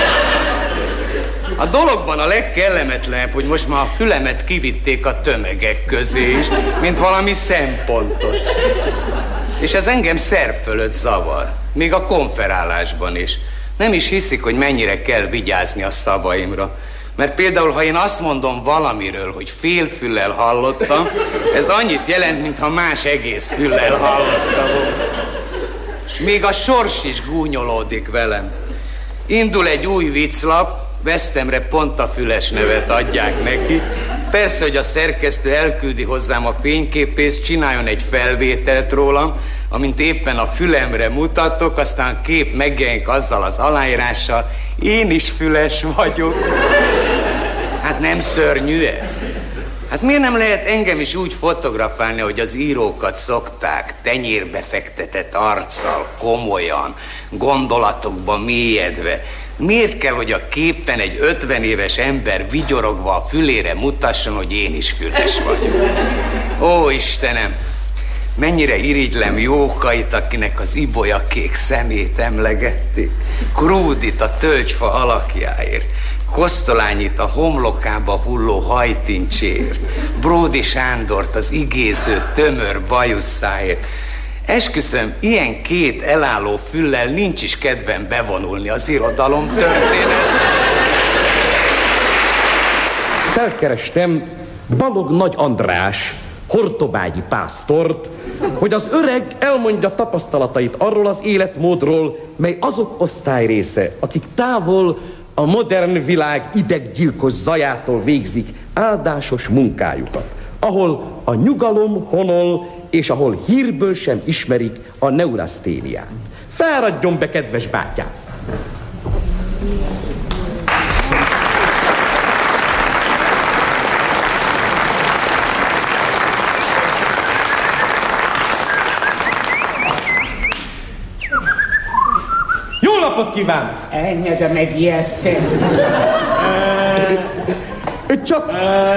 A dologban a legkellemetlenebb, hogy most már a fülemet kivitték a tömegek közé is, mint valami szempontot. És ez engem szerv fölött zavar, még a konferálásban is. Nem is hiszik, hogy mennyire kell vigyázni a szavaimra. Mert például, ha én azt mondom valamiről, hogy fél füllel hallottam, ez annyit jelent, mintha más egész füllel hallotta volna. És még a sors is gúnyolódik velem. Indul egy új vicclap, Vesztemre pont a füles nevet adják neki. Persze, hogy a szerkesztő elküldi hozzám a fényképészt, csináljon egy felvételt rólam, amint éppen a fülemre mutatok, aztán a kép megjelenik azzal az aláírással, én is füles vagyok. Hát nem szörnyű ez? Hát miért nem lehet engem is úgy fotografálni, hogy az írókat szokták, tenyérbe fektetett arccal, komolyan, gondolatokba mélyedve? Miért kell, hogy a képen egy 50 éves ember vigyorogva a fülére mutasson, hogy én is füles vagyok? Ó, Istenem! Mennyire irigylem Jókait, akinek az ibolyakék szemét emlegették, Krúdit a tölgyfa alakjáért, Kosztolányit a homlokába hulló hajtincséért, Bródi Sándort az igéző tömör bajuszáért. Esküszöm, ilyen két elálló füllel nincs is kedvem bevonulni az irodalom történetbe. Felkerestem Balog Nagy András, hortobágyi pásztort, hogy az öreg elmondja tapasztalatait arról az életmódról, mely azok osztályrésze, akik távol a modern világ ideggyilkos zajától végzik áldásos munkájukat, ahol a nyugalom honol, és ahol hírből sem ismerik a neuraszténiát. Fáradjon be, kedves bátyám! Jó napot kívánok! Ennyi, de megijesztett. Csak...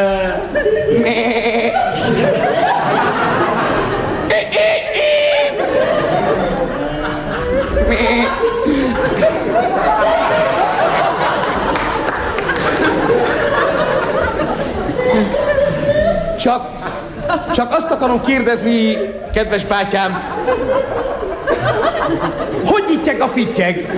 Csak azt akarom kérdezni, kedves bátyám, hogy ittyeg a fittyeg?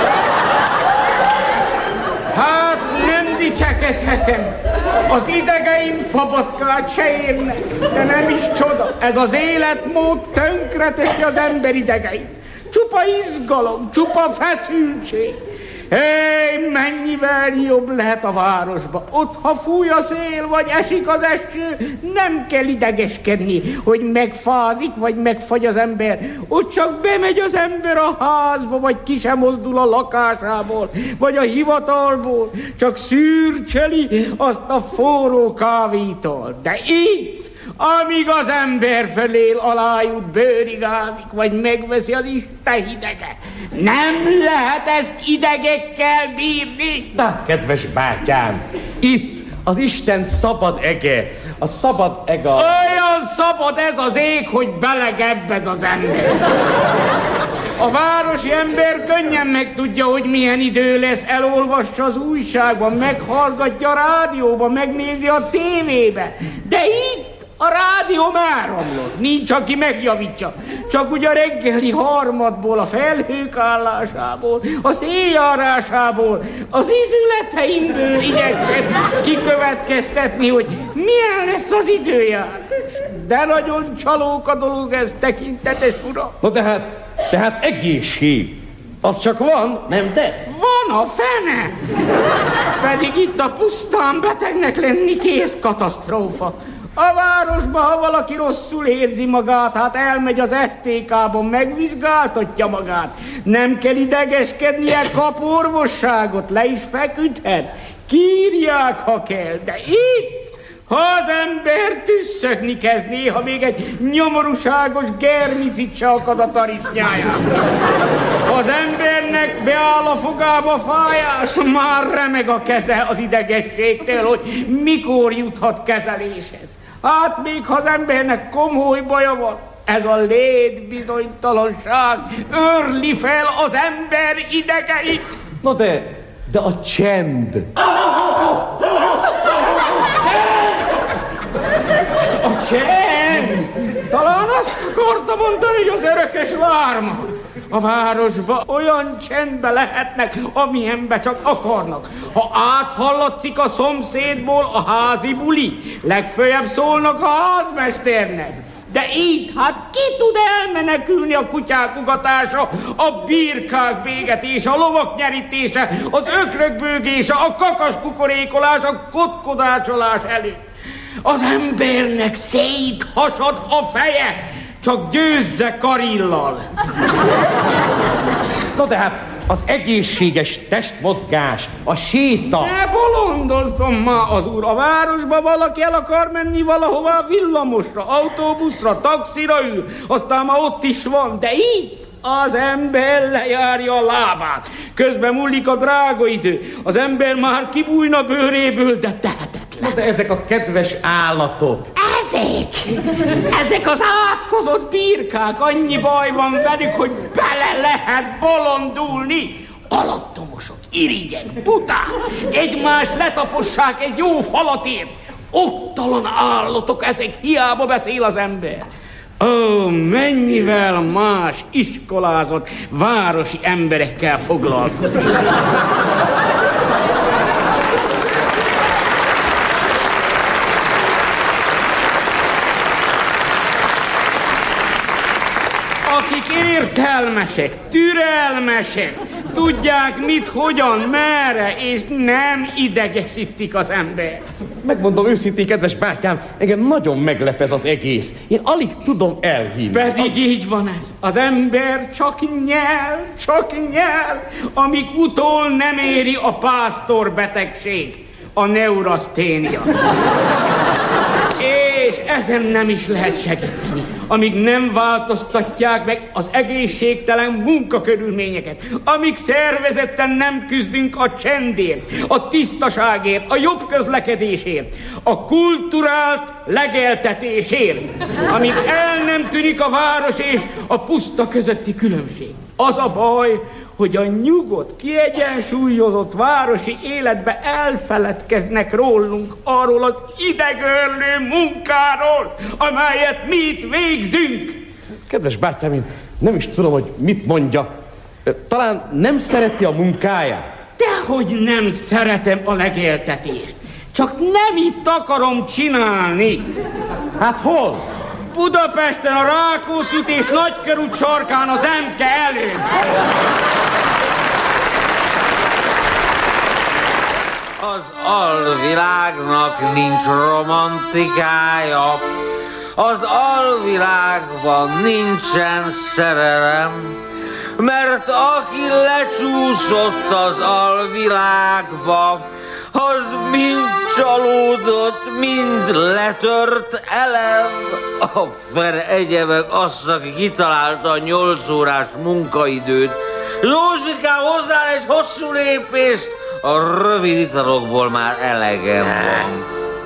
Hát nem dicsekedhetem. Az idegeim fabatkát se érnek, de nem is csoda. Ez az életmód tönkreteszi az ember idegeit. Csupa izgalom, csupa feszültség. Hé, mennyivel jobb lehet a városba. Ott, ha fúj a szél, vagy esik az eső, nem kell idegeskedni, hogy megfázik, vagy megfagy az ember. Ott csak bemegy az ember a házba, vagy ki sem mozdul a lakásából, vagy a hivatalból, csak szürcseli azt a forró kávétól. De itt, amíg az ember fölél, alájut, bőrigázik, vagy megveszi az Isten hidege. Nem lehet ezt idegekkel bírni. Tehát, kedves bátyám, itt az Isten szabad ege. A szabad ege... Olyan szabad ez az ég, hogy belegebbed az ember. A városi ember könnyen megtudja, hogy milyen idő lesz, elolvassa az újságban, meghallgatja a rádióban, megnézi a tévébe. De itt a rádió már romlott, nincs, aki megjavítsa. Csak ugye a reggeli harmadból, a felhők állásából, a széljárásából, az ízületeimből igyekszem kikövetkeztetni, hogy milyen lesz az időjárás. De nagyon csalók a dolog ez, tekintetes ura. No tehát egészség. Az csak van, nem de? Van a fene! Pedig itt a pusztán betegnek lenni kész katasztrófa. A városban, ha valaki rosszul érzi magát, hát elmegy az STK-ban, megvizsgáltatja magát. Nem kell idegeskednie, kap orvosságot, le is feküdhet. Kírják, ha kell, de itt, ha az ember tüsszögni kezd, néha még egy nyomorúságos germicit se akad a tarisnyájában. Ha az embernek beáll a fogába fájás, már remeg a keze az idegességtől, hogy mikor juthat kezeléshez. Hát még ha az embernek komoly baja van, ez a létbizonytalanság őrli fel az ember idegeit. No de a csend. A csend! Talán azt akarta mondani, hogy az örökös lárma. A városba olyan csendbe lehetnek, amilyenbe csak akarnak. Ha áthallatszik a szomszédból a házi buli, legföljebb szólnak a házmesternek. De itt, hát ki tud elmenekülni a kutyák ugatása, a birkák bégetése, a lovak nyerítése, az ökrök bőgése, a kakas kukorékolás, a kotkodácsolás előtt. Az embernek széthasad a feje, csak győzze Karillal. No de hát az egészséges testmozgás, a séta. Ne bolondozzon ma az úr, a városba valaki el akar menni valahová villamosra, autóbuszra, taxira ül, aztán ma ott is van, de itt az ember lejárja a lábát. Közben múlik a drága idő, az ember már kibújna bőréből, de tehetetlen. No de ezek a kedves állatok. Ezek az átkozott birkák, annyi baj van velük, hogy bele lehet bolondulni. Alattomosok, irigyek, buták, egymást letapossák egy jó falatért. Oktalan állatok ezek, hiába beszél az ember. Ó, mennyivel más iskolázott városi emberekkel foglalkozik. Akik értelmesek, türelmesek, tudják mit, hogyan, merre, és nem idegesítik az embert. Megmondom őszintén, kedves bátyám, engem nagyon meglep ez az egész. Én alig tudom elhinni. Pedig így van ez. Az ember csak nyel, amíg utol nem éri a pásztor betegség, a neuraszténia. És ezen nem is lehet segíteni, amíg nem változtatják meg az egészségtelen munkakörülményeket, amíg szervezetten nem küzdünk a csendért, a tisztaságért, a jobb közlekedésért, a kulturált legeltetésért, amíg el nem tűnik a város és a puszta közötti különbség. Az a baj, hogy a nyugodt, kiegyensúlyozott városi életbe elfeledkeznek rólunk, arról az idegörlő munkáról, amelyet mi itt végzünk. Kedves bátyám, én nem is tudom, hogy mit mondja. Talán nem szereti a munkáját? Dehogy nem szeretem a legeltetést. Csak nem itt akarom csinálni. Hát hol? Budapesten, a Rákóczi út és Nagykörút sarkán az Emke előtt. Az alvilágnak nincs romantikája, az alvilágban nincsen szerelem, mert aki lecsúszott az alvilágba, az mind csalódott, mind letört elem. A fene egye meg azt, aki kitalálta a 8 órás munkaidőt. Józsikám, hozzá egy hosszú lépést, a rövid italokból már elegem van.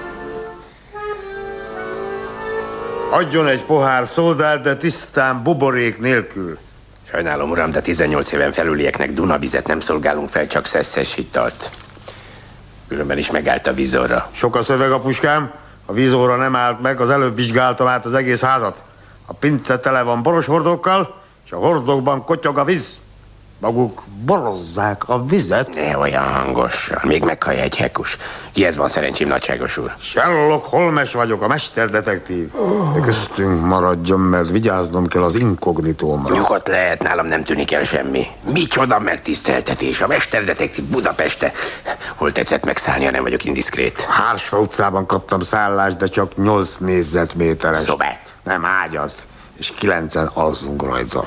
Adjon egy pohár szódát, de tisztán buborék nélkül. Sajnálom, uram, de 18 éven felülieknek Dunavizet nem szolgálunk fel, csak szesszes italt. Különben is megállt a vízóra. Sok a szöveg, apuskám. A vízóra nem állt meg, az előbb vizsgáltam át az egész házat. A pince tele van boros hordókkal, és a hordókban kotyog a víz. Maguk borozzák a vizet. Ne olyan hangosan, még meghallja egy hekus. Kihez van szerencsém, nagyságos úr? Sherlock Holmes vagyok, a mesterdetektív. De köztünk maradjon, mert vigyáznom kell az inkognitómra. Nyugodt lehet, nálam nem tűnik el semmi. Micsoda megtiszteltetés, a mesterdetektív Budapeste. Hol tetszett megszállni, ha nem vagyok indiszkrét? Hársfa utcában kaptam szállást, de csak 8 négyzetméteres. Szobát? Nem, ágyat. És 9-en alszunk rajta.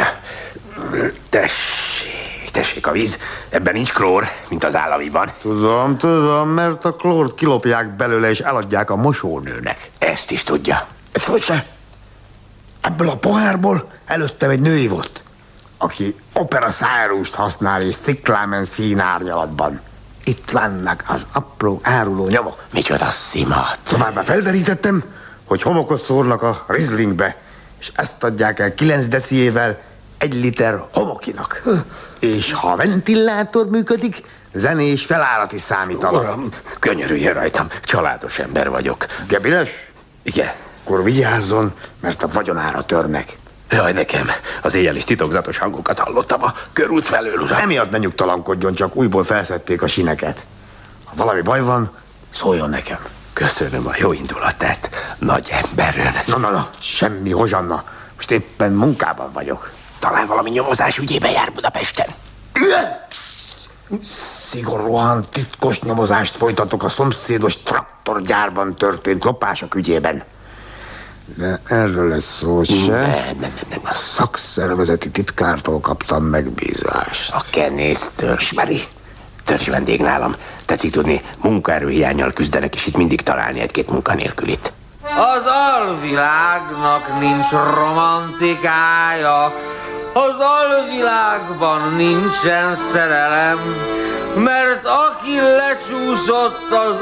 Tessék a víz, ebben nincs klór, mint az államiban. Tudom, mert a klórt kilopják belőle és eladják a mosónőnek. Ezt is tudja. Szóval se, ebből a pohárból előttem egy nő ivott, aki opera szájrúst használ és sziklámen színárnyalatban. Itt vannak az apró áruló nyomok. Micsoda szimat. Továbbá felderítettem, hogy homokot szórnak a rizlingbe, és ezt adják el 9 deciével 1 liter homokinak. És ha a ventilátor működik, zenés felárat is számítanak. Uram, könyörüljön rajtam, családos ember vagyok. Gebines? Igen. Akkor vigyázzon, mert a vagyonára törnek. Jaj, nekem. Az éjjel is titokzatos hangokat hallottam a körút felől, uram. Emiatt ne nyugtalankodjon, csak újból felszedték a sineket. Ha valami baj van, szóljon nekem. Köszönöm a jó indulatát, nagy emberön. Na, semmi hozsanna. Most éppen munkában vagyok. Talán valami nyomozás ügyében jár Budapesten. Szigorúan titkos nyomozást folytatok a szomszédos traktorgyárban történt lopások ügyében. De erről lesz szó se. Nem. A szakszervezeti titkártól kaptam megbízást. A kenésztől. Ismeri? Törzs vendég nálam. Tetszik tudni, munkaerőhiánnyal küzdenek, és itt mindig találni 1-2 munkanélkülit. Az alvilágnak nincs romantikája, az alvilágban nincsen szerelem, mert aki lecsúszott az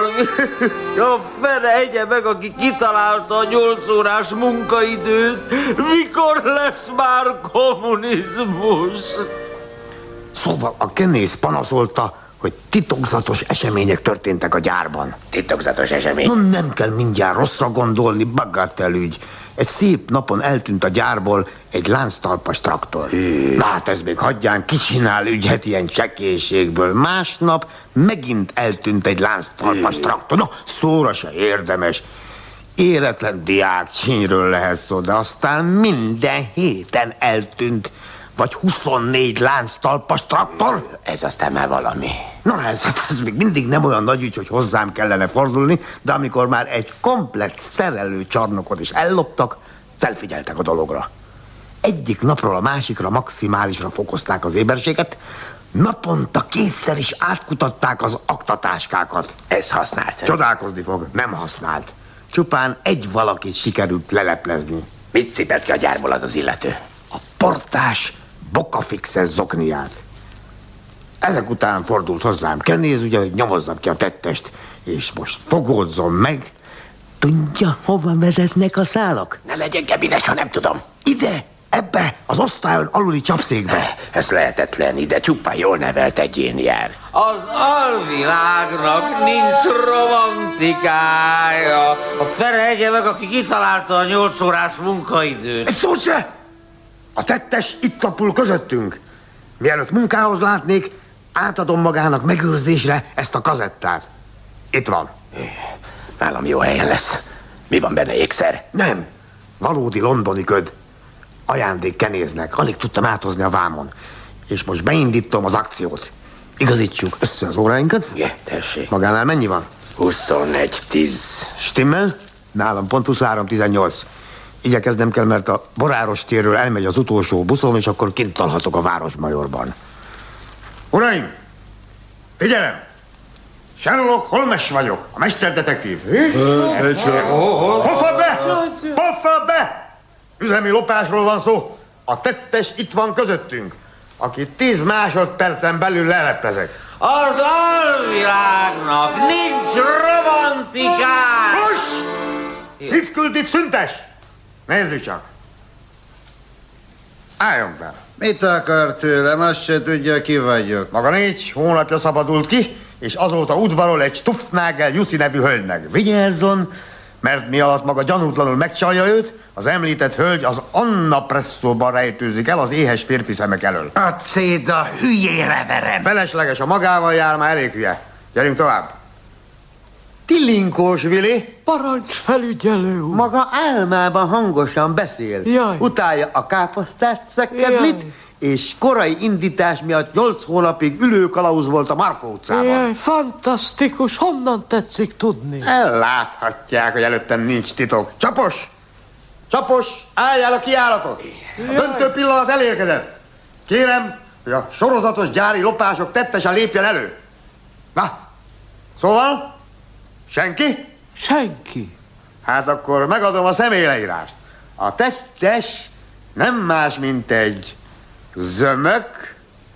a fene egye meg, aki kitalálta a 8 órás munkaidőt, mikor lesz már kommunizmus? Szóval a kenész panaszolta, hogy titokzatos események történtek a gyárban. Titokzatos esemény? No, nem kell mindjárt rosszra gondolni, bagatellügy. Egy szép napon eltűnt a gyárból egy lánctalpas traktor. Na hát ez még hagyján, ki csinál ügyet ilyen csekélységből. Másnap megint eltűnt egy lánctalpas traktor. No, szóra se érdemes. Éretlen diákcsínyről lehet szó, de aztán minden héten eltűnt. Vagy 24 lánctalpas traktor? Ez aztán már valami. Na ez még mindig nem olyan nagy ügy, hogy hozzám kellene fordulni, de amikor már egy komplett szerelőcsarnokot is elloptak, felfigyeltek a dologra. Egyik napról a másikra maximálisra fokozták az éberséget, naponta 2-szer is átkutatták az aktatáskákat. Ez használt. Csodálkozni fog, nem használt. Csupán egy valakit sikerült leleplezni. Mit cipelt ki a gyárból az illető? A portás bokafixes zokniát. Ezek után fordult hozzám kenéz, ugye, hogy nyomozzam ki a tettest, és most fogódzom meg. Tudja, hova vezetnek a szálak? Ne legyen gebines, ha nem tudom. Ide, ebbe, az osztályon aluli csapszékbe. Ez lehetetlen, ide csupán jól nevelt egyén jár. Az alvilágnak nincs romantikája. A fene egye meg, aki kitalálta a 8 órás munkaidőt. Egy szót se! A tettes itt lapul közöttünk. Mielőtt munkához látnék, átadom magának megőrzésre ezt a kazettát. Itt van. Nálam jó helyen lesz. Mi van benne, ékszer? Nem. Valódi londoni köd. Ajándék kenéznek. Alig tudtam áthozni a vámon. És most beindítom az akciót. Igazítsuk össze az óráinkat. Igen, tessék. Magánál mennyi van? 21:10. Stimmel? Nálam pont 23:18. Igyekeznem kell, mert a Boráros térről elmegy az utolsó buszom, és akkor kint találhatok a Városmajorban. Uraim! Figyelem! Sherlock Holmes vagyok, a mesterdetektív. Poffa be! Poffa be! Üzemi lopásról van szó. A tettes itt van közöttünk, aki 10 másodpercen belül leleplezek. Az alvilágnak nincs romantikát! Most! Szívkültit szüntes! Nézzük csak! Álljon fel! Mit akar tőlem? Azt se tudja, ki vagyok. Maga 4 hónapja szabadult ki, és azóta udvarol egy Stupfnagel Jussi nevű hölgynek. Vigyázzon, mert mi alatt maga gyanútlanul megcsalja őt, az említett hölgy az Anna Presszóban rejtőzik el az éhes férfi szemek elől. A céda hülyére verem. Felesleges, a magával jár, már elég hülye. Gyerünk tovább. Tilinkós Vili. Parancs, felügyelő úr. Maga álmában hangosan beszél. Jaj. Utálja a káposztás szvekkedlit, és korai indítás miatt 8 hónapig ülőkalauz volt a Markó utcában. Jaj, fantasztikus, honnan tetszik tudni? Elláthatják, hogy előttem nincs titok. Csapos! Csapos, álljál a kiállatot! A döntő pillanat elérkezett. Kérem, hogy a sorozatos gyári lopások tettesen lépjen elő. Na, szóval? Senki? Senki. Hát akkor megadom a személyleírást. A tettes nem más, mint egy zömök,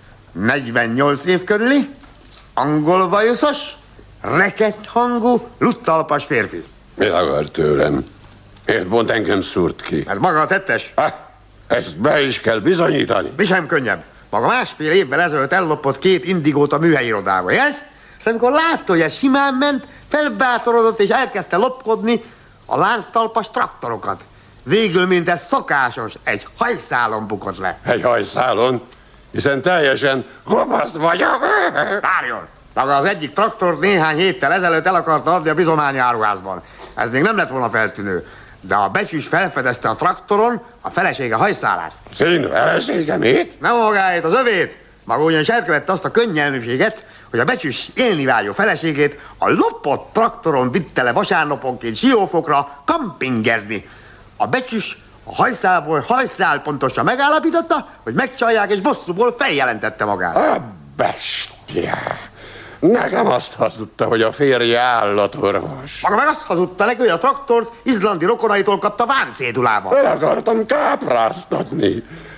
48 év körüli, angol bajuszos, rekett hangú, luttalpas férfi. Mi akar tőlem? Miért pont engem szúrt ki? Mert maga a tettes. Ezt be is kell bizonyítani. Mi sem könnyebb. Maga 1,5 évvel ezelőtt ellopott 2 indigót a műhelyirodába, yes? Aztán amikor látta, hogy ez simán ment, felbátorodott és elkezdte lopkodni a lánctalpas traktorokat. Végül, mint ez szokásos, egy hajszálon bukott le. Egy hajszálon? Hiszen teljesen kopasz vagyok. Várjon! Maga az egyik traktort néhány héttel ezelőtt el akarta adni a bizományi áruházban. Ez még nem lett volna feltűnő. De a becsüs felfedezte a traktoron a felesége hajszálát. Az én feleségem itt? Nem magáét, az övét. Maga ugyanis elkövette azt a könnyelműséget, hogy a becsüs élni vágyó feleségét a lopott traktoron vitte le vasárnaponként Siófokra kampingezni. A becsüs a hajszálból hajszál pontosan megállapította, hogy megcsalják, és bosszúból feljelentette magát. A bestia! Nekem azt hazudta, hogy a férje állatorvos. Maga meg azt hazudta neki, hogy a traktort izlandi rokonaitól kapta vámcédulával. El akartam kápráztatni,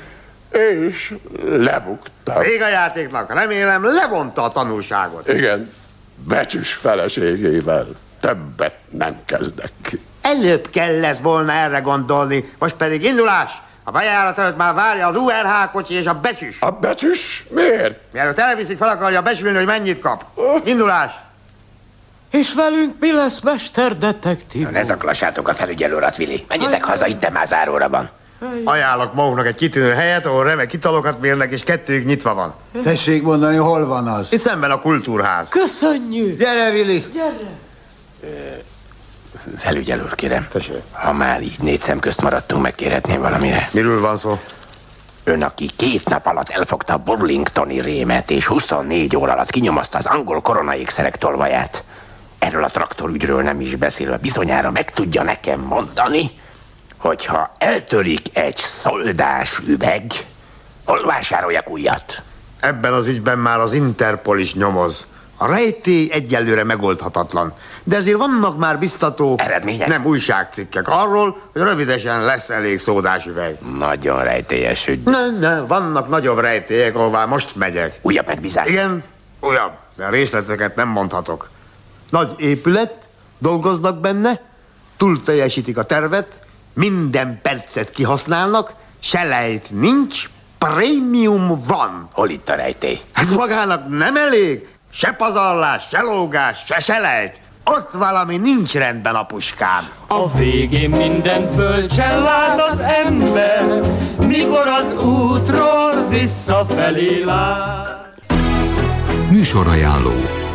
és lebuktam. Vég a játéknak, remélem levonta a tanulságot. Igen, becsüs feleségével többet nem kezdek ki. Előbb kellett volna erre gondolni, most pedig indulás! A bejárat előtt már várja az URH kocsi és a becsüs. A becsüs? Miért? Mielőtt elviszik, fel akarja becsülni, hogy mennyit kap. Indulás! És velünk mi lesz, mesterdetektív? Ne zaklassátok a felügyelő urat, Vili. Menjetek haza, itt már záróra van. Ajánlok maguknak egy kitűnő helyet, ahol remek italokat mérnek, és 2-ig nyitva van. Tessék mondani, hol van az? Itt szemben a kultúrház. Köszönjük! Gyere, Vili! Gyere! Felügyelő úr, kérem. Tessék. Ha már így 4 szem közt maradtunk, megkérhetném valamire. Miről van szó? Ön, aki 2 nap alatt elfogta a Burlingtoni rémet, és 24 óra alatt kinyomozta az angol koronaékszerek tolvaját. Erről a traktorügyről nem is beszélve, bizonyára meg tudja nekem mondani, hogyha eltörik egy szoldás üveg, hol vásároljak újat? Ebben az ügyben már az Interpol is nyomoz. A rejtély egyelőre megoldhatatlan. De ezért vannak már biztató... Eredmények? Nem, újságcikkek arról, hogy rövidesen lesz elég szódás üveg. Nagyon rejtélyes ügy. Nem, vannak nagyobb rejtélyek, ahová most megyek. Újabb megbízás? Igen, újabb, de a részleteket nem mondhatok. Nagy épület, dolgoznak benne, túl teljesítik a tervet, minden percet kihasználnak, selejt nincs, prémium van. Hol itt a rejtély? Ez magának nem elég. Se pazarlás, se lógás, se selejt. Ott valami nincs rendben a puskán. A végén mindent bölcsen lát az ember, mikor az útról visszafelé lát. Műsorajánló.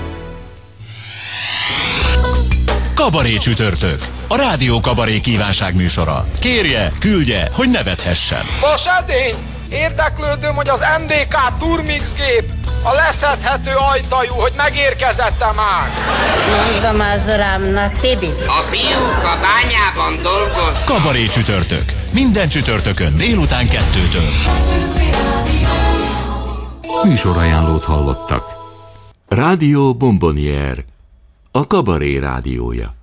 Kabaré csütörtök. A Rádió Kabaré kívánság műsora. Kérje, küldje, hogy nevethessen. Vas edény! Érdeklődöm, hogy az MDK Turmix gép, a leszedhető ajtajú, hogy megérkezette már. Mondom az urámnak, Tibi. A fiúk a bányában dolgoznak. Kabaré csütörtök. Minden csütörtökön délután 2-től. Műsorajánlót hallottak. Rádió Bombonier. a Kabaré rádiója.